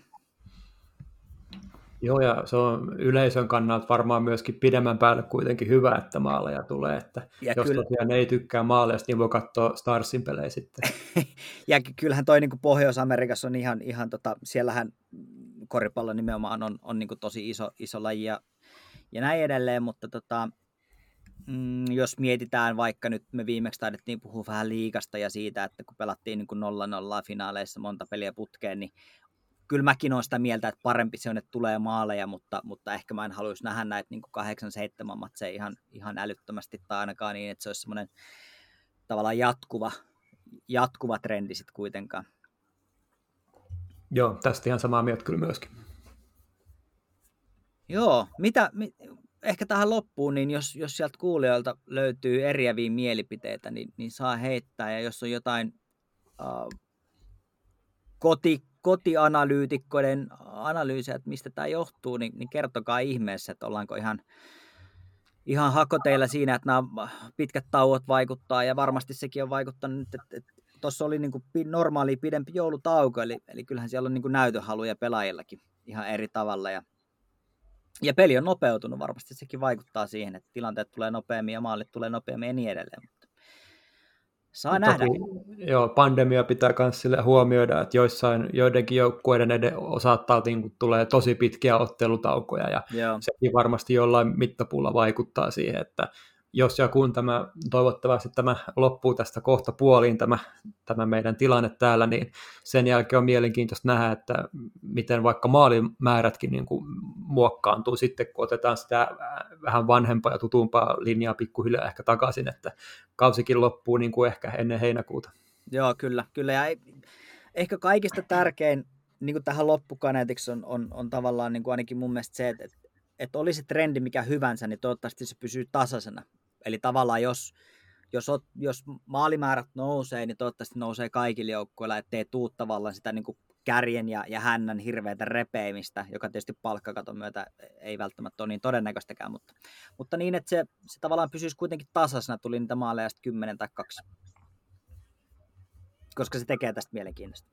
Joo, ja se on yleisön kannalta varmaan myöskin pidemmän päälle kuitenkin hyvä, että maaleja tulee, että ja jos kyllä, tosiaan ei tykkää maaleista, niin voi katsoa Starsin pelejä sitten. ja kyllähän toi niin kuin Pohjois-Amerikassa on ihan, ihan tota, siellähän koripallo nimenomaan on, on niin kuin tosi iso, iso laji ja, ja näin edelleen, mutta tota, mm, jos mietitään vaikka nyt, me viimeksi taidettiin puhua vähän liigasta ja siitä, että kun pelattiin niin kuin nolla nolla finaaleissa monta peliä putkeen, niin kyllä mäkin olen sitä mieltä, että parempi se on, että tulee maaleja, mutta, mutta ehkä mä en haluaisi nähdä näitä niin kahdeksan seitsemän matseja ihan, ihan älyttömästi, tai ainakaan niin, että se olisi semmoinen tavallaan jatkuva, jatkuva trendi sitten kuitenkaan. Joo, tästä ihan samaa mieltä kyllä myöskin. Joo, mitä, mi, ehkä tähän loppuun, niin jos, jos sieltä kuulijoilta löytyy eriäviä mielipiteitä, niin, niin saa heittää, ja jos on jotain uh, koti, kotianalyytikkoiden analyysiä, että mistä tämä johtuu, niin, niin kertokaa ihmeessä, että ollaanko ihan, ihan hakoteilla siinä, että nämä pitkät tauot vaikuttaa, ja varmasti sekin on vaikuttanut nyt, että, että tuossa oli niin kuin normaali pidempi joulutauko, eli, eli kyllähän siellä on niin kuin näytönhaluja pelaajillakin ihan eri tavalla, ja, ja peli on nopeutunut, varmasti sekin vaikuttaa siihen, että tilanteet tulee nopeammin ja maalit tulee nopeammin ja niin edelleen, mutta saa Toki, nähdä. Joo, pandemia pitää myös sille huomioida, että joissain, joidenkin joukkueiden eden saattaa niin tulee tosi pitkiä ottelutaukoja, ja Joo. sekin varmasti jollain mittapuulla vaikuttaa siihen, että jos ja kun tämä, toivottavasti tämä loppuu tästä kohta puoliin, tämä, tämä meidän tilanne täällä, niin sen jälkeen on mielenkiintoista nähdä, että miten vaikka maalimäärätkin niin kuin muokkaantuu sitten, kun otetaan sitä vähän vanhempaa ja tutumpaa linjaa pikkuhiljaa ehkä takaisin, että kausikin loppuu niin kuin ehkä ennen heinäkuuta. Joo, kyllä. kyllä. Ja ei, ehkä kaikista tärkein niin kuin tähän loppukaneetiksi on, on, on tavallaan niin kuin ainakin mun mielestä se, että, että oli se trendi mikä hyvänsä, niin toivottavasti se pysyy tasaisena. Eli tavallaan jos, jos, ot, jos maalimäärät nousee, niin toivottavasti nousee kaikille joukkueilla, ettei tuu tavallaan sitä niin kuin kärjen ja, ja hännän hirveätä repeimistä, joka tietysti palkkakaton myötä ei välttämättä ole niin todennäköistäkään, mutta, mutta niin, että se, se tavallaan pysyisi kuitenkin tasaisena, tuli niitä maaleja sitten kymmenen tai kaksi, koska se tekee tästä mielenkiintoista.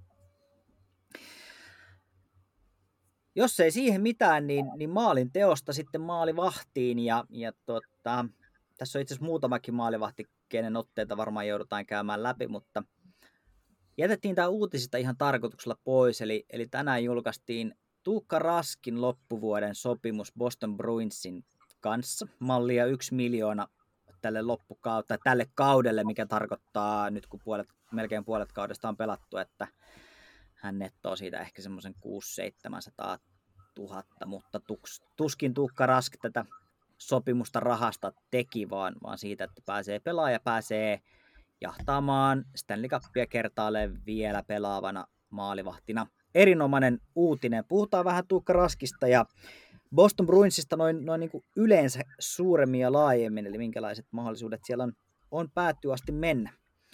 Jos ei siihen mitään, niin, niin maalin teosta sitten maalivahtiin, ja, ja tota, tässä on itse asiassa muutamakin maalivahti, kenen otteita varmaan joudutaan käymään läpi, mutta jätettiin tämä uutisista ihan tarkoituksella pois, eli, eli tänään julkaistiin Tuukka Raskin loppuvuoden sopimus Boston Bruinsin kanssa, mallia yksi miljoona tälle loppukautta, tälle kaudelle, mikä tarkoittaa nyt kun puolet, melkein puolet kaudesta on pelattu, että hän nettoo siitä ehkä semmoisen kuusi seitsemänsataa tuhatta, mutta tuks, tuskin Tuukka Rask tätä sopimusta rahasta teki, vaan, vaan siitä, että pääsee pelaaja, pääsee jahtaamaan Stanley Cupia kertaalleen vielä pelaavana maalivahtina. Erinomainen uutinen. Puhutaan vähän Tuukka Raskista ja Boston Bruinsista noin, noin niin kuin yleensä suuremmin ja laajemmin, eli minkälaiset mahdollisuudet siellä on, on päättyä asti mennä.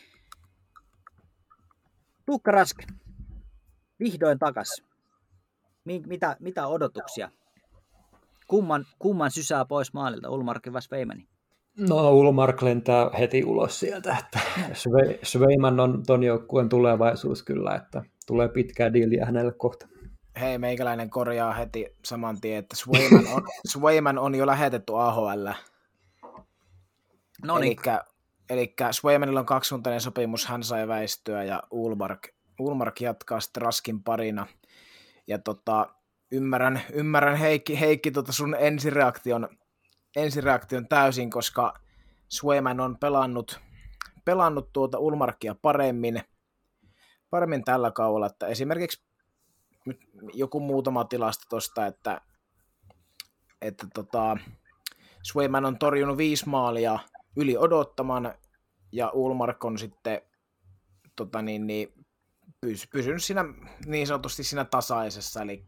Tuukka Rask, vihdoin takas. Mitä, mitä odotuksia? Kumman, kumman sysää pois maalilta, Ullmark vai Swayman? No Ullmark lentää heti ulos sieltä, että Swayman on ton joukkueen tulevaisuus kyllä, että tulee pitkää diiliä hänelle kohta. Hei, meikäläinen korjaa heti saman tien, että Swayman on, Swayman on jo lähetetty A H L. No niin. Elikkä Swaymanilla on kaksisuuntainen sopimus, hän sai väistyä ja Ullmark, Ullmark jatkaa sitten Raskin parina. Ja tota, ymmärrän, ymmärrän Heikki, Heikki tota sun ensireaktion, ensireaktion täysin, koska Swayman on pelannut, pelannut tuota Ullmarkia paremmin, paremmin tällä kaudella, että esimerkiksi joku muutama tilasto tuosta, että, että tota, Swayman on torjunut viisi maalia yli odottaman, ja Ullmark on sitten tota niin, niin, pys, pysynyt siinä, niin sanotusti siinä tasaisessa, eli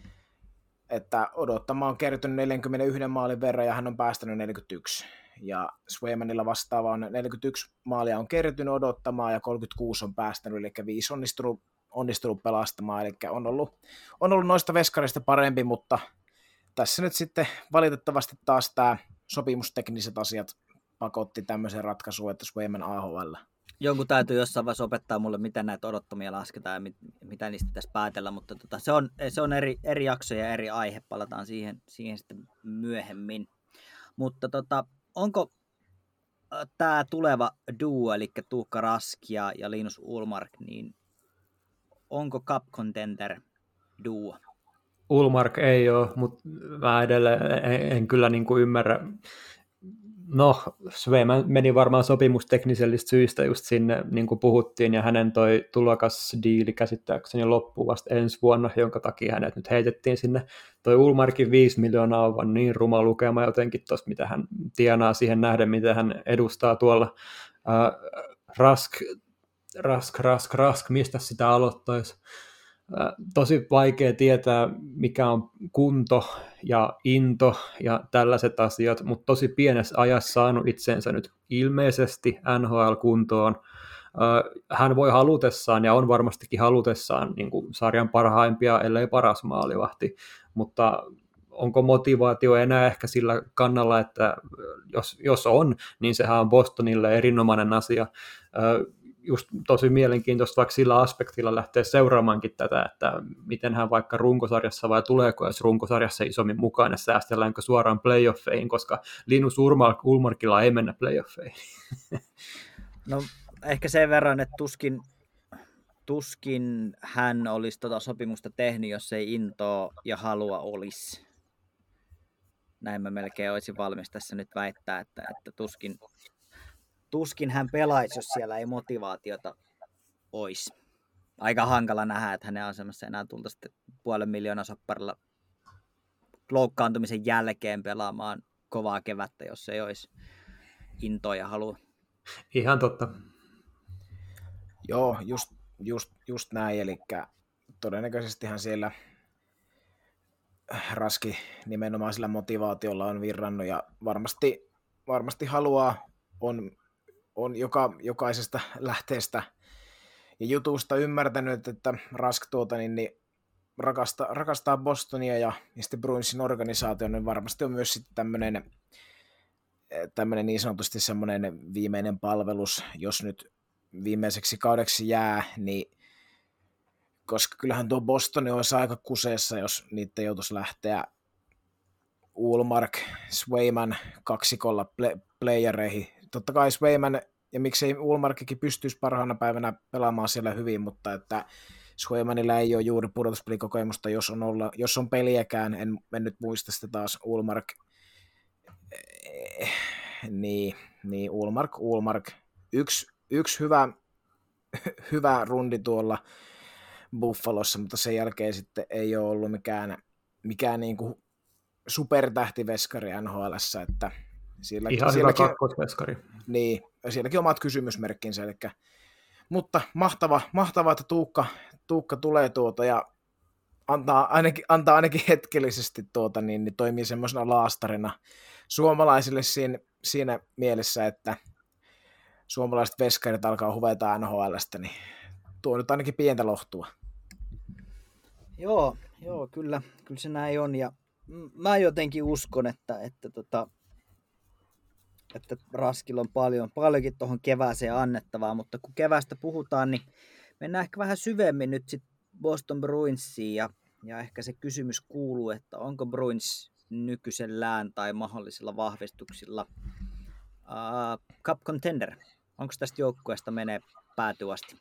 että odottama on kertynyt neljäkymmentäyksi maalin verran, ja hän on päästänyt neljäkymmentäyksi. Ja Swaymanilla vastaava on neljäkymmentäyksi maalia on kertynyt odottamaan, ja kolmekymmentäkuusi on päästänyt, eli viisi onnistunut, onnistunut pelastamaan, eli on ollut, on ollut noista veskarista parempi, mutta tässä nyt sitten valitettavasti taas tämä sopimustekniset asiat pakotti tämmöisen ratkaisuun, että Swayman A H L. Jonkun täytyy jossain vaiheessa opettaa mulle, miten näitä odottomia lasketaan ja mit, mitä niistä pitäisi päätellä, mutta tota, se on, se on eri, eri jakso ja eri aihe, palataan siihen, siihen sitten myöhemmin. Mutta tota, onko tämä tuleva duo, eli Tuukka Rask ja, ja Linus Ullmark, niin onko cup contender duo? Ullmark ei ole, mutta mä edelleen en, en kyllä niin kuin ymmärrä. No, Swayman meni varmaan sopimusteknisellisistä syistä just sinne, niin kuin puhuttiin, ja hänen toi tulokasdiili käsittääkseni loppuu vasta ensi vuonna, jonka takia hänet nyt heitettiin sinne. Toi Ullmarkin viisi miljoonaa on niin ruma lukema jotenkin tuosta, mitä hän tienaa siihen nähden, mitä hän edustaa tuolla. Äh, rask, rask, rask, rask, mistä sitä aloittaisi? Tosi vaikea tietää, mikä on kunto ja into ja tällaiset asiat, mutta tosi pienessä ajassa saanut itsensä nyt ilmeisesti N H L-kuntoon. Hän voi halutessaan ja on varmastikin halutessaan niin kuin sarjan parhaimpia, ellei paras maalivahti, mutta onko motivaatio enää ehkä sillä kannalla, että jos, jos on, niin sehän on Bostonille erinomainen asia. Just tosi mielenkiintoista vaikka sillä aspektilla lähteä seuraamaankin tätä, että miten hän vaikka runkosarjassa vai tuleeko edes runkosarjassa isommin mukaan ja säästelläänkö suoraan playoffeihin, koska Linus Ullmarkilla ei mennä playoffeihin. No ehkä sen verran, että tuskin, tuskin hän olisi tota sopimusta tehnyt, jos ei intoa ja halua olisi. Näin mä melkein olisin valmis tässä nyt väittää, että, että tuskin... Tuskin hän pelaisi, jos siellä ei motivaatiota olisi. Aika hankala nähdä, että hänen asemassa enää tultaisi puolen miljoonan sopparilla loukkaantumisen jälkeen pelaamaan kovaa kevättä, jos ei olisi intoa ja halua. Ihan totta. Joo, just, just, just näin, eli todennäköisestihan siellä Raski nimenomaan sillä motivaatiolla on virrannut ja varmasti, varmasti haluaa, on on joka, jokaisesta lähteestä ja jutusta ymmärtänyt, että Rask tuota, niin, niin rakastaa, rakastaa Bostonia ja, ja sitten Bruinsin organisaatio, niin varmasti on myös sitten tämmöinen, tämmöinen niin sanotusti semmoinen viimeinen palvelus, jos nyt viimeiseksi kaudeksi jää, niin koska kyllähän tuo Bostoni olisi aika kuseessa, jos niitä joutuisi lähteä Ullmark, Swayman kaksikolla play, playereihin. Totta kai Swayman ja miksei Ullmarkikin pystyisi parhaana päivänä pelaamaan siellä hyvin, mutta että Schoemanilla ei ole juuri pudotuspelikokemusta, jos on, olla, jos on peliäkään, en, en nyt muista sitä taas, Ulmark, niin, niin Ulmark, Ulmark, yksi, yksi hyvä, hyvä rundi tuolla Buffalossa, mutta sen jälkeen sitten ei ole ollut mikään, mikään niin kuin supertähtiveskari N H L:ssä, että sielläkin, ihan sielläkin, hyvä kakkosveskari. Niin, sielläkin omat kysymysmerkkinsä, eli, mutta mahtava, mahtavaa, että Tuukka, Tuukka tulee tuota ja antaa ainakin, antaa ainakin hetkellisesti tuota, niin, niin toimii semmoisena laastarina suomalaisille siinä, siinä mielessä, että suomalaiset veskarit alkaa huveta N H L:stä, niin tuo nyt ainakin pientä lohtua. Joo, joo kyllä, kyllä se näin on, ja mä jotenkin uskon, että, että, tota, että Raskilla on paljon, paljonkin tuohon kevääseen annettavaa, mutta kun keväästä puhutaan, niin mennään ehkä vähän syvemmin nyt sit Boston Bruinsiin, ja, ja ehkä se kysymys kuuluu, että onko Bruins nykyisellään tai mahdollisilla vahvistuksilla uh, Cup Contender? Onko tästä joukkueesta menee päätyvästi?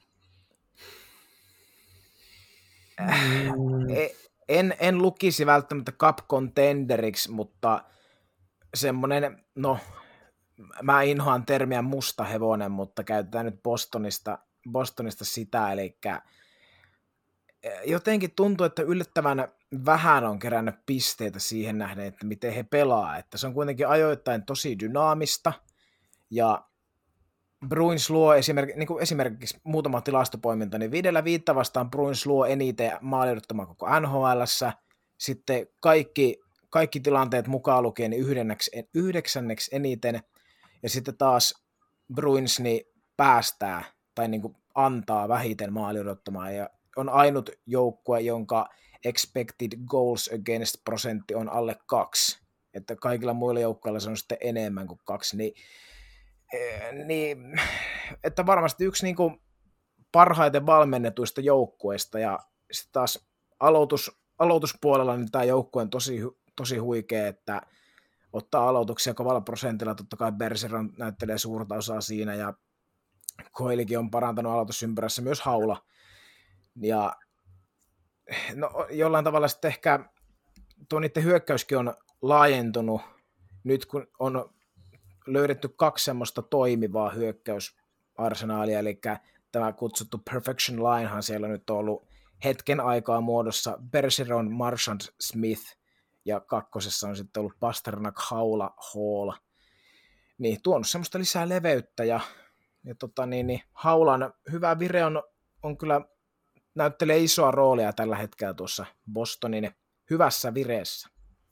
En, en lukisi välttämättä Cup Contenderiksi, mutta semmoinen, no mä inhoan termiä musta hevonen, mutta käytetään nyt Bostonista, Bostonista sitä, eli jotenkin tuntuu, että yllättävän vähän on kerännyt pisteitä siihen nähden, että miten he pelaa, että se on kuitenkin ajoittain tosi dynaamista, ja Bruins luo esimerkiksi, niin kuin esimerkiksi muutama tilastopoiminta, niin viidellä viittä vastaan Bruins luo eniten maaliodottamaa koko N H L:ssä, sitten kaikki, kaikki tilanteet mukaan lukien niin yhdeksänneksi eniten, ja sitten taas Bruins niin päästää tai niin kuin antaa vähiten maaliodottamaa, ja on ainut joukkue, jonka expected goals against prosentti on alle kaksi, että kaikilla muilla joukkueilla se on sitten enemmän kuin kaksi, niin Niin, että varmasti yksi niin kuin parhaiten valmennetuista joukkueista, ja sitten taas aloitus, aloituspuolella niin tämä joukkue on tosi, tosi huikea, että ottaa aloituksia kovalla prosentilla, totta kai Bergeron näyttelee suurta osaa siinä, ja Coelikin on parantanut aloitusympyrässä, myös Haula, ja no, jollain tavalla sitten ehkä tuo niiden hyökkäyskin on laajentunut, nyt kun on löydetty kaksi semmoista toimivaa hyökkäysarsenaalia, eli tämä kutsuttu Perfection Linehan siellä on nyt ollut hetken aikaa muodossa Bergeron, Marchand, Smith, ja kakkosessa on sitten ollut Pasternak, Haula, Hall. Niin tuonut semmoista lisää leveyttä, ja, ja tota niin, niin Haulan hyvä vire on, on kyllä, näyttelee isoa roolia tällä hetkellä tuossa Bostonin hyvässä vireessä.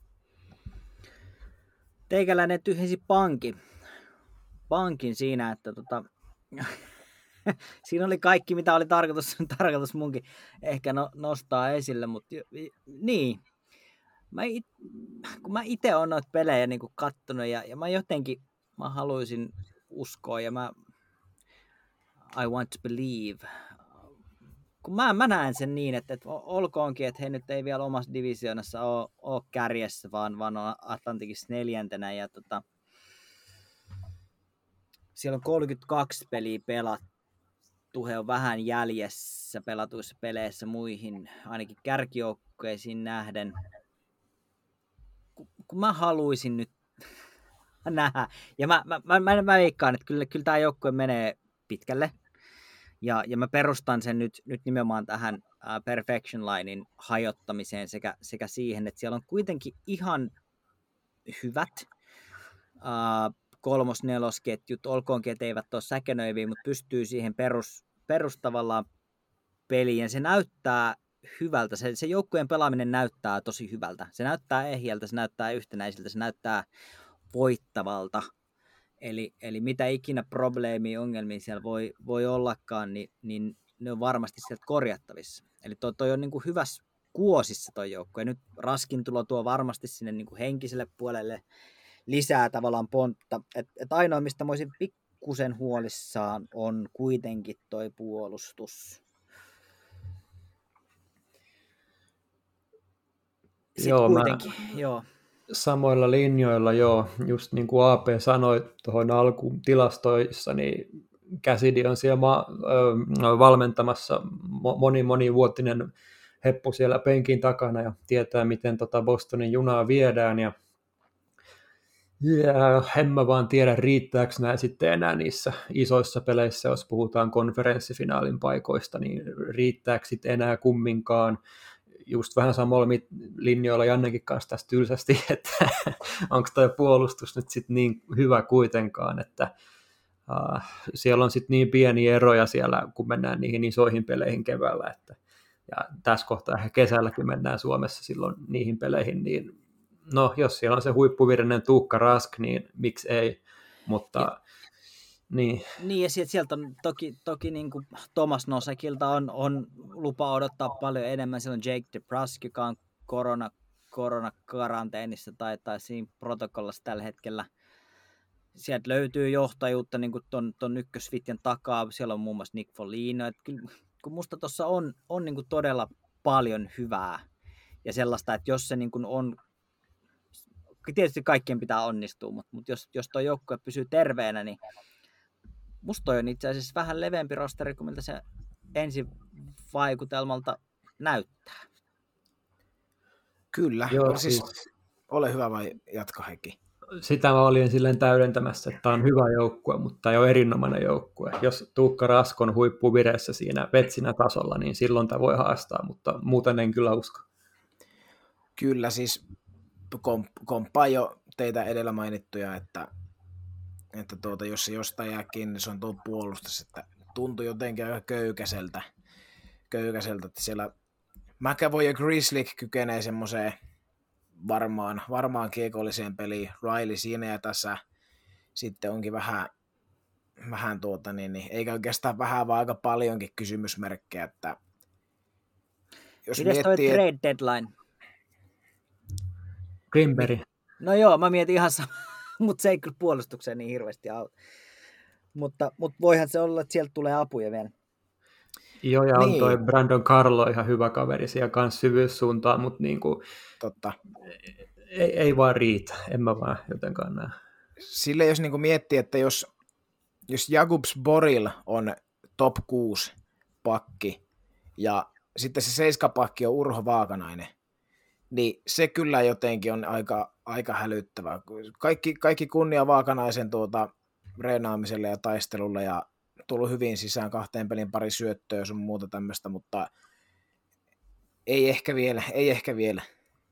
Teikäläinen tyhjensi pankin, pankin siinä, että tota, siinä oli kaikki, mitä oli tarkoitus, tarkoitus munkin ehkä no, nostaa esille, mutta niin, mä it, kun mä itse olen noita pelejä niin kuin kattonut, ja, ja mä jotenkin, mä haluaisin uskoa, ja mä, I want to believe, kun mä, mä näen sen niin, että, että olkoonkin, että he nyt ei vielä omassa divisioonassa ole, ole kärjessä, vaan, vaan on Atlantikissa neljäntenä, ja tota, siellä on kolmekymmentäkaksi peliä pelattu, he on vähän jäljessä pelatuissa peleissä muihin, ainakin kärkijoukkueisiin nähden. Kun, kun mä haluaisin nyt nähdä, ja mä, mä, mä, mä, mä veikkaan, että kyllä, kyllä tämä joukkue menee pitkälle, ja, ja mä perustan sen nyt, nyt nimenomaan tähän uh, Perfection Linein hajottamiseen sekä, sekä siihen, että siellä on kuitenkin ihan hyvät uh, kolmos-nelosketjut, olkoonkin, että eivät ole säkenöiviä, mutta pystyy siihen perus, perustavallaan peliin. Se näyttää hyvältä. Se, se joukkueen pelaaminen näyttää tosi hyvältä. Se näyttää ehjältä, se näyttää yhtenäisiltä, se näyttää voittavalta. Eli, eli mitä ikinä probleemia, ongelmia siellä voi, voi ollakaan, niin, niin ne on varmasti sieltä korjattavissa. Eli toi, toi on niin kuin hyvässä kuosissa toi joukkue. Nyt Raskin tulo tuo varmasti sinne niin kuin henkiselle puolelle lisää tavallaan pontta. Et, et ainoa, mistä mä olisin pikkusen huolissaan, on kuitenkin toi puolustus. Sitten joo, kuitenkin, mä... joo. Samoilla linjoilla, joo, just niin kuin A P sanoi tuohon alkuun tilastoissa, niin Cassidy on siellä ma- ö, valmentamassa, moni monivuotinen heppu siellä penkin takana ja tietää, miten tota Bostonin junaa viedään ja ja en mä vaan tiedä, riittääkö nämä sitten enää niissä isoissa peleissä, jos puhutaan konferenssifinaalin paikoista, niin riittääkö sitten enää kumminkaan. Just vähän samalla linjoilla Jannekin kanssa tästä tylsästi, että onko tuo puolustus nyt sitten niin hyvä kuitenkaan, että uh, siellä on sitten niin pieniä eroja siellä, kun mennään niihin isoihin peleihin keväällä, että ja tässä kohtaa ehkä kesälläkin mennään Suomessa silloin niihin peleihin, niin no, jos siellä on se huippuvirinen Tuukka Rask, niin miksi ei, mutta ja, niin. Niin, ja sieltä on toki, toki niin kuin Thomas Nosekilta on, on lupa odottaa paljon enemmän, siellä on Jake DeBrusk, joka on korona, koronakaranteenissa tai, tai siinä protokollassa tällä hetkellä. Sieltä löytyy johtajuutta niin kuin ton, ton ykkösvitjan takaa, siellä on muun muassa Nick Foligno, että kyllä, kun musta tuossa on, on niin kuin todella paljon hyvää ja sellaista, että jos se niin kuin on tietysti kaikkien pitää onnistua, mutta, mutta jos, jos tuo joukkue pysyy terveenä, niin musta toi on itse asiassa vähän leveämpi rosteri kuin miltä se ensi vaikutelmalta näyttää. Kyllä. Joo, siis, siis, ole hyvä vai jatka Heikki? Sitä mä olin silleen täydentämässä, että tämä on hyvä joukkue, mutta ei ole erinomainen joukkue. Jos Tuukka Rask on huippuvireessä siinä vetsinä tasolla, niin silloin tämä voi haastaa, mutta muuten en kyllä usko. Kyllä, siis komppaa jo teitä edellä mainittuja, että, että tuota, jos se jostain jää kiinni, niin se on tuo puolustus, että tuntui jotenkin aika köykäiseltä, köykäiseltä että siellä McAvoy ja Grizzly kykenee semmoiseen varmaan, varmaan kiekolliseen peliin, Riley siinä ja tässä sitten onkin vähän, vähän tuota, niin, niin, eikä oikeastaan vähän, vaan aika paljonkin kysymysmerkkejä, että jos mites miettii, toi trade deadline? Grimberg. No joo, mä mietin ihan sama, mutta se ei kyllä puolustukseen niin hirveästi auta. Mutta, mutta voihan se olla, että sieltä tulee apuja vielä. Joo, ja on niin. toi Brandon Carlo ihan hyvä kaveri siellä kanssa syvyyssuuntaan, mutta niinku, Totta. Ei, ei vaan riitä, en mä vaan jotenkaan näe. Sille jos niinku miettii, että jos, jos Jakubs Boril on top kuusi pakki ja sitten se seiskapakki on Urho Vaakanainen, niin se kyllä jotenkin on aika, aika hälyttävää. Kaikki, kaikki kunnia Vaakanaisen tuota reenaamiselle ja taistelulle ja tullut hyvin sisään kahteen pelin pari syöttöä, jos on muuta tämmöistä, mutta ei ehkä vielä, ei ehkä vielä.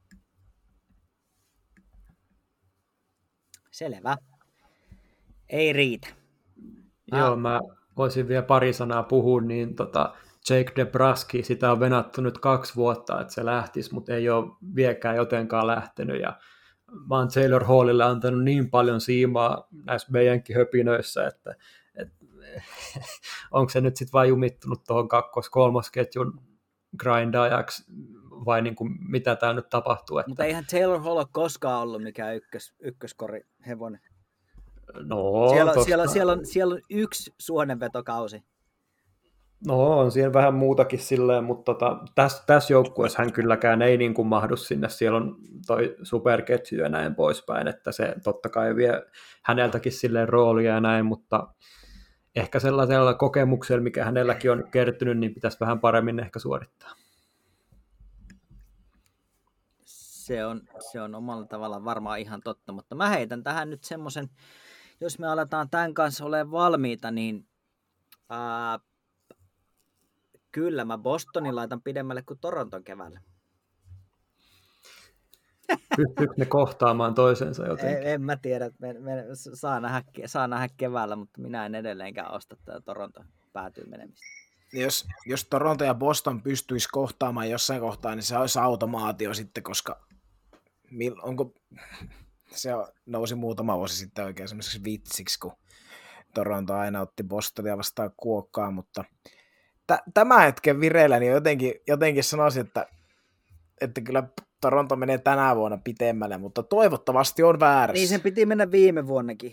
Selvä. Ei riitä. Mä... Joo, mä voisin vielä pari sanaa puhua, niin tota, Jake DeBruski, sitä on venattu nyt kaksi vuotta, että se lähtisi, mutta ei ole vieläkään jotenkaan lähtenyt, ja mä oon Taylor Hallille antanut niin paljon siimaa näissä meidänkin höpinöissä, että, että onko se nyt sitten vain jumittunut tuohon kakkos-kolmosketjun grindaajaksi, vai niin kuin, mitä täällä nyt tapahtuu. Että... Mutta eihän Taylor Hall ole koskaan ollut mikään ykkös, ykköskori hevonen. No, siellä, tosta... siellä, siellä, on, siellä on yksi suonenvetokausi. No, on siellä vähän muutakin silleen, mutta tota, tässä täs joukkueessa hän kylläkään ei niin kuin mahdu sinne. Siellä on toi superketju ja näin poispäin, että se totta kai vie häneltäkin silleen roolia ja näin, mutta ehkä sellaisella kokemuksella, mikä hänelläkin on kertynyt, niin pitäisi vähän paremmin ehkä suorittaa. Se on, se on omalla tavallaan varmaan ihan totta, mutta mä heitän tähän nyt semmoisen, jos me aletaan tämän kanssa olemaan valmiita, niin ää, kyllä mä Bostonin laitan pidemmälle kuin Toronton keväällä. Pystyykö ne kohtaamaan toisensa jotenkin? En, en mä tiedä, me, me, saa, nähdä, saa nähdä keväällä, mutta minä en edelleenkään osta tätä Toronton päätyy menemistä. Jos, jos Toronto ja Boston pystyisi kohtaamaan jossain kohtaa, niin se olisi automaatio sitten, koska onko, se nousi muutama vuosi sitten oikein semmoiseksi vitsiksi, kun Toronto aina otti Bostonia vastaan kuokkaa, mutta t- tämä hetken vireillä, niin jotenkin, jotenkin sanoisin, että, että kyllä Toronto menee tänä vuonna pitemmälle, mutta toivottavasti on väärässä. Niin sen piti mennä viime vuonnakin.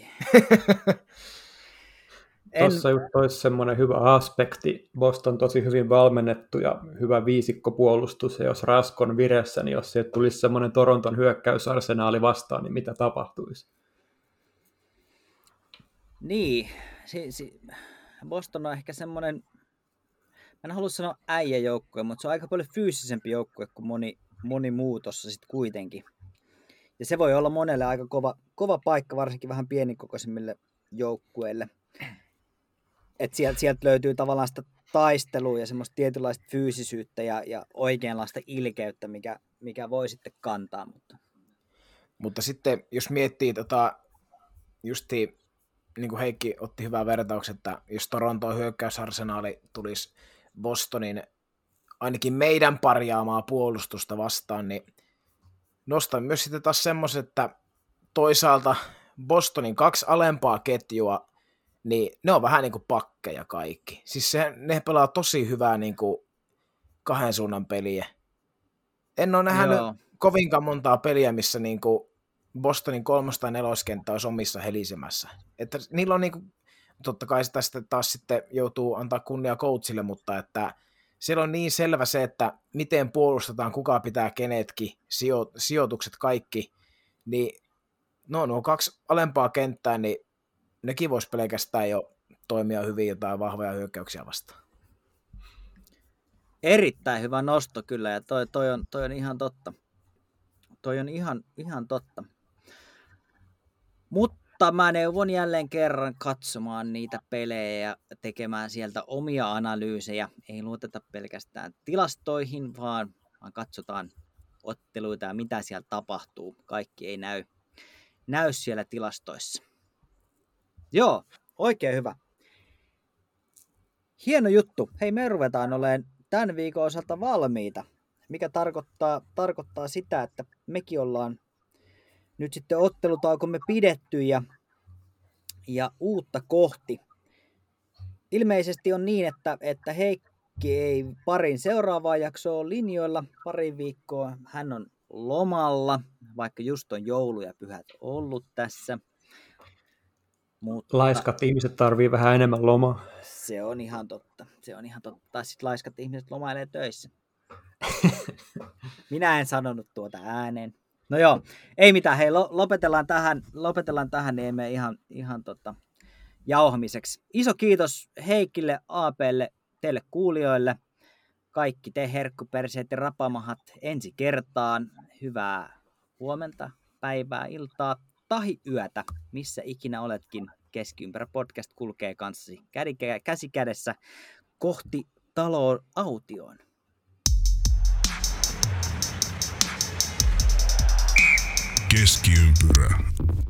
Tuossa just olisi semmoinen hyvä aspekti. Boston tosi hyvin valmennettu ja hyvä viisikkopuolustus, ja jos Rask on vireessä, niin jos sieltä tulisi semmoinen Toronton hyökkäysarsenaali vastaan, niin mitä tapahtuisi? Niin, si, si, Boston on ehkä semmoinen, mä en halua sanoa äijäjoukkue, mutta se on aika paljon fyysisempi joukkue kuin moni, moni muu tossa sitten kuitenkin. Ja se voi olla monelle aika kova, kova paikka, varsinkin vähän pienikokoisimmille joukkueille. Että sieltä, sieltä löytyy tavallaan sitä taistelua ja semmoista tietynlaista fyysisyyttä ja, ja oikeanlaista ilkeyttä, mikä, mikä voi sitten kantaa. Mutta, mutta sitten jos miettii tota, justi, niin kuin Heikki otti hyvää vertauksen, että jos Torontoon hyökkäysarsenaali tulisi Bostonin ainakin meidän parjaamaa puolustusta vastaan, niin nostan myös sitten taas semmoisen, että toisaalta Bostonin kaksi alempaa ketjua, niin ne on vähän niin kuin pakkeja kaikki. Siis se, ne pelaa tosi hyvää niin kuin kahden suunnan peliä. En ole nähnyt Joo. kovinkaan montaa peliä, missä niin kuin Bostonin kolmos- tai neloskenttä olisi omissa helisemässä. Että niillä on niin kuin, totta kai sitä sitten taas sitten joutuu antaa kunnia coachille, mutta että siellä on niin selvä se, että miten puolustetaan, kuka pitää kenetkin, sijo- sijoitukset kaikki, niin no nuo kaksi alempaa kenttää, niin nekin voisi pelkästään jo toimia hyvin jotain vahvoja hyökkäyksiä vastaan. Erittäin hyvä nosto kyllä, ja toi, toi, on, toi on ihan totta. Toi on ihan, ihan totta. Mutta mä neuvon jälleen kerran katsomaan niitä pelejä ja tekemään sieltä omia analyysejä. Ei luoteta pelkästään tilastoihin, vaan, vaan katsotaan otteluita ja mitä siellä tapahtuu. Kaikki ei näy, näy siellä tilastoissa. Joo, oikein hyvä. Hieno juttu. Hei, me ruvetaan olemaan tämän viikon osalta valmiita, mikä tarkoittaa, tarkoittaa sitä, että mekin ollaan nyt sitten ottelutaukomme pidetty ja, ja uutta kohti. Ilmeisesti on niin, että, että Heikki ei parin seuraavaa jaksoa linjoilla. Pari viikkoa hän on lomalla, vaikka just on joulu ja pyhät ollut tässä. Mutta laiskat ihmiset tarvii vähän enemmän lomaa. Se on ihan totta. Se on ihan totta. Tai sitten laiskat ihmiset lomailee töissä. Minä en sanonut tuota ääneen. No joo, ei mitään. Hei, lopetellaan tähän, lopetellaan tähän niin emme ihan, ihan tota, jauhamiseksi. Iso kiitos Heikille, Aapelle, teille kuulijoille. Kaikki te herkkuperseet ja rapamahat ensi kertaan. Hyvää huomenta, päivää, iltaa tahi yötä, missä ikinä oletkin. Keskiympärä podcast kulkee kanssasi käsi kädessä kohti taloon autioon. Keskiympyrä.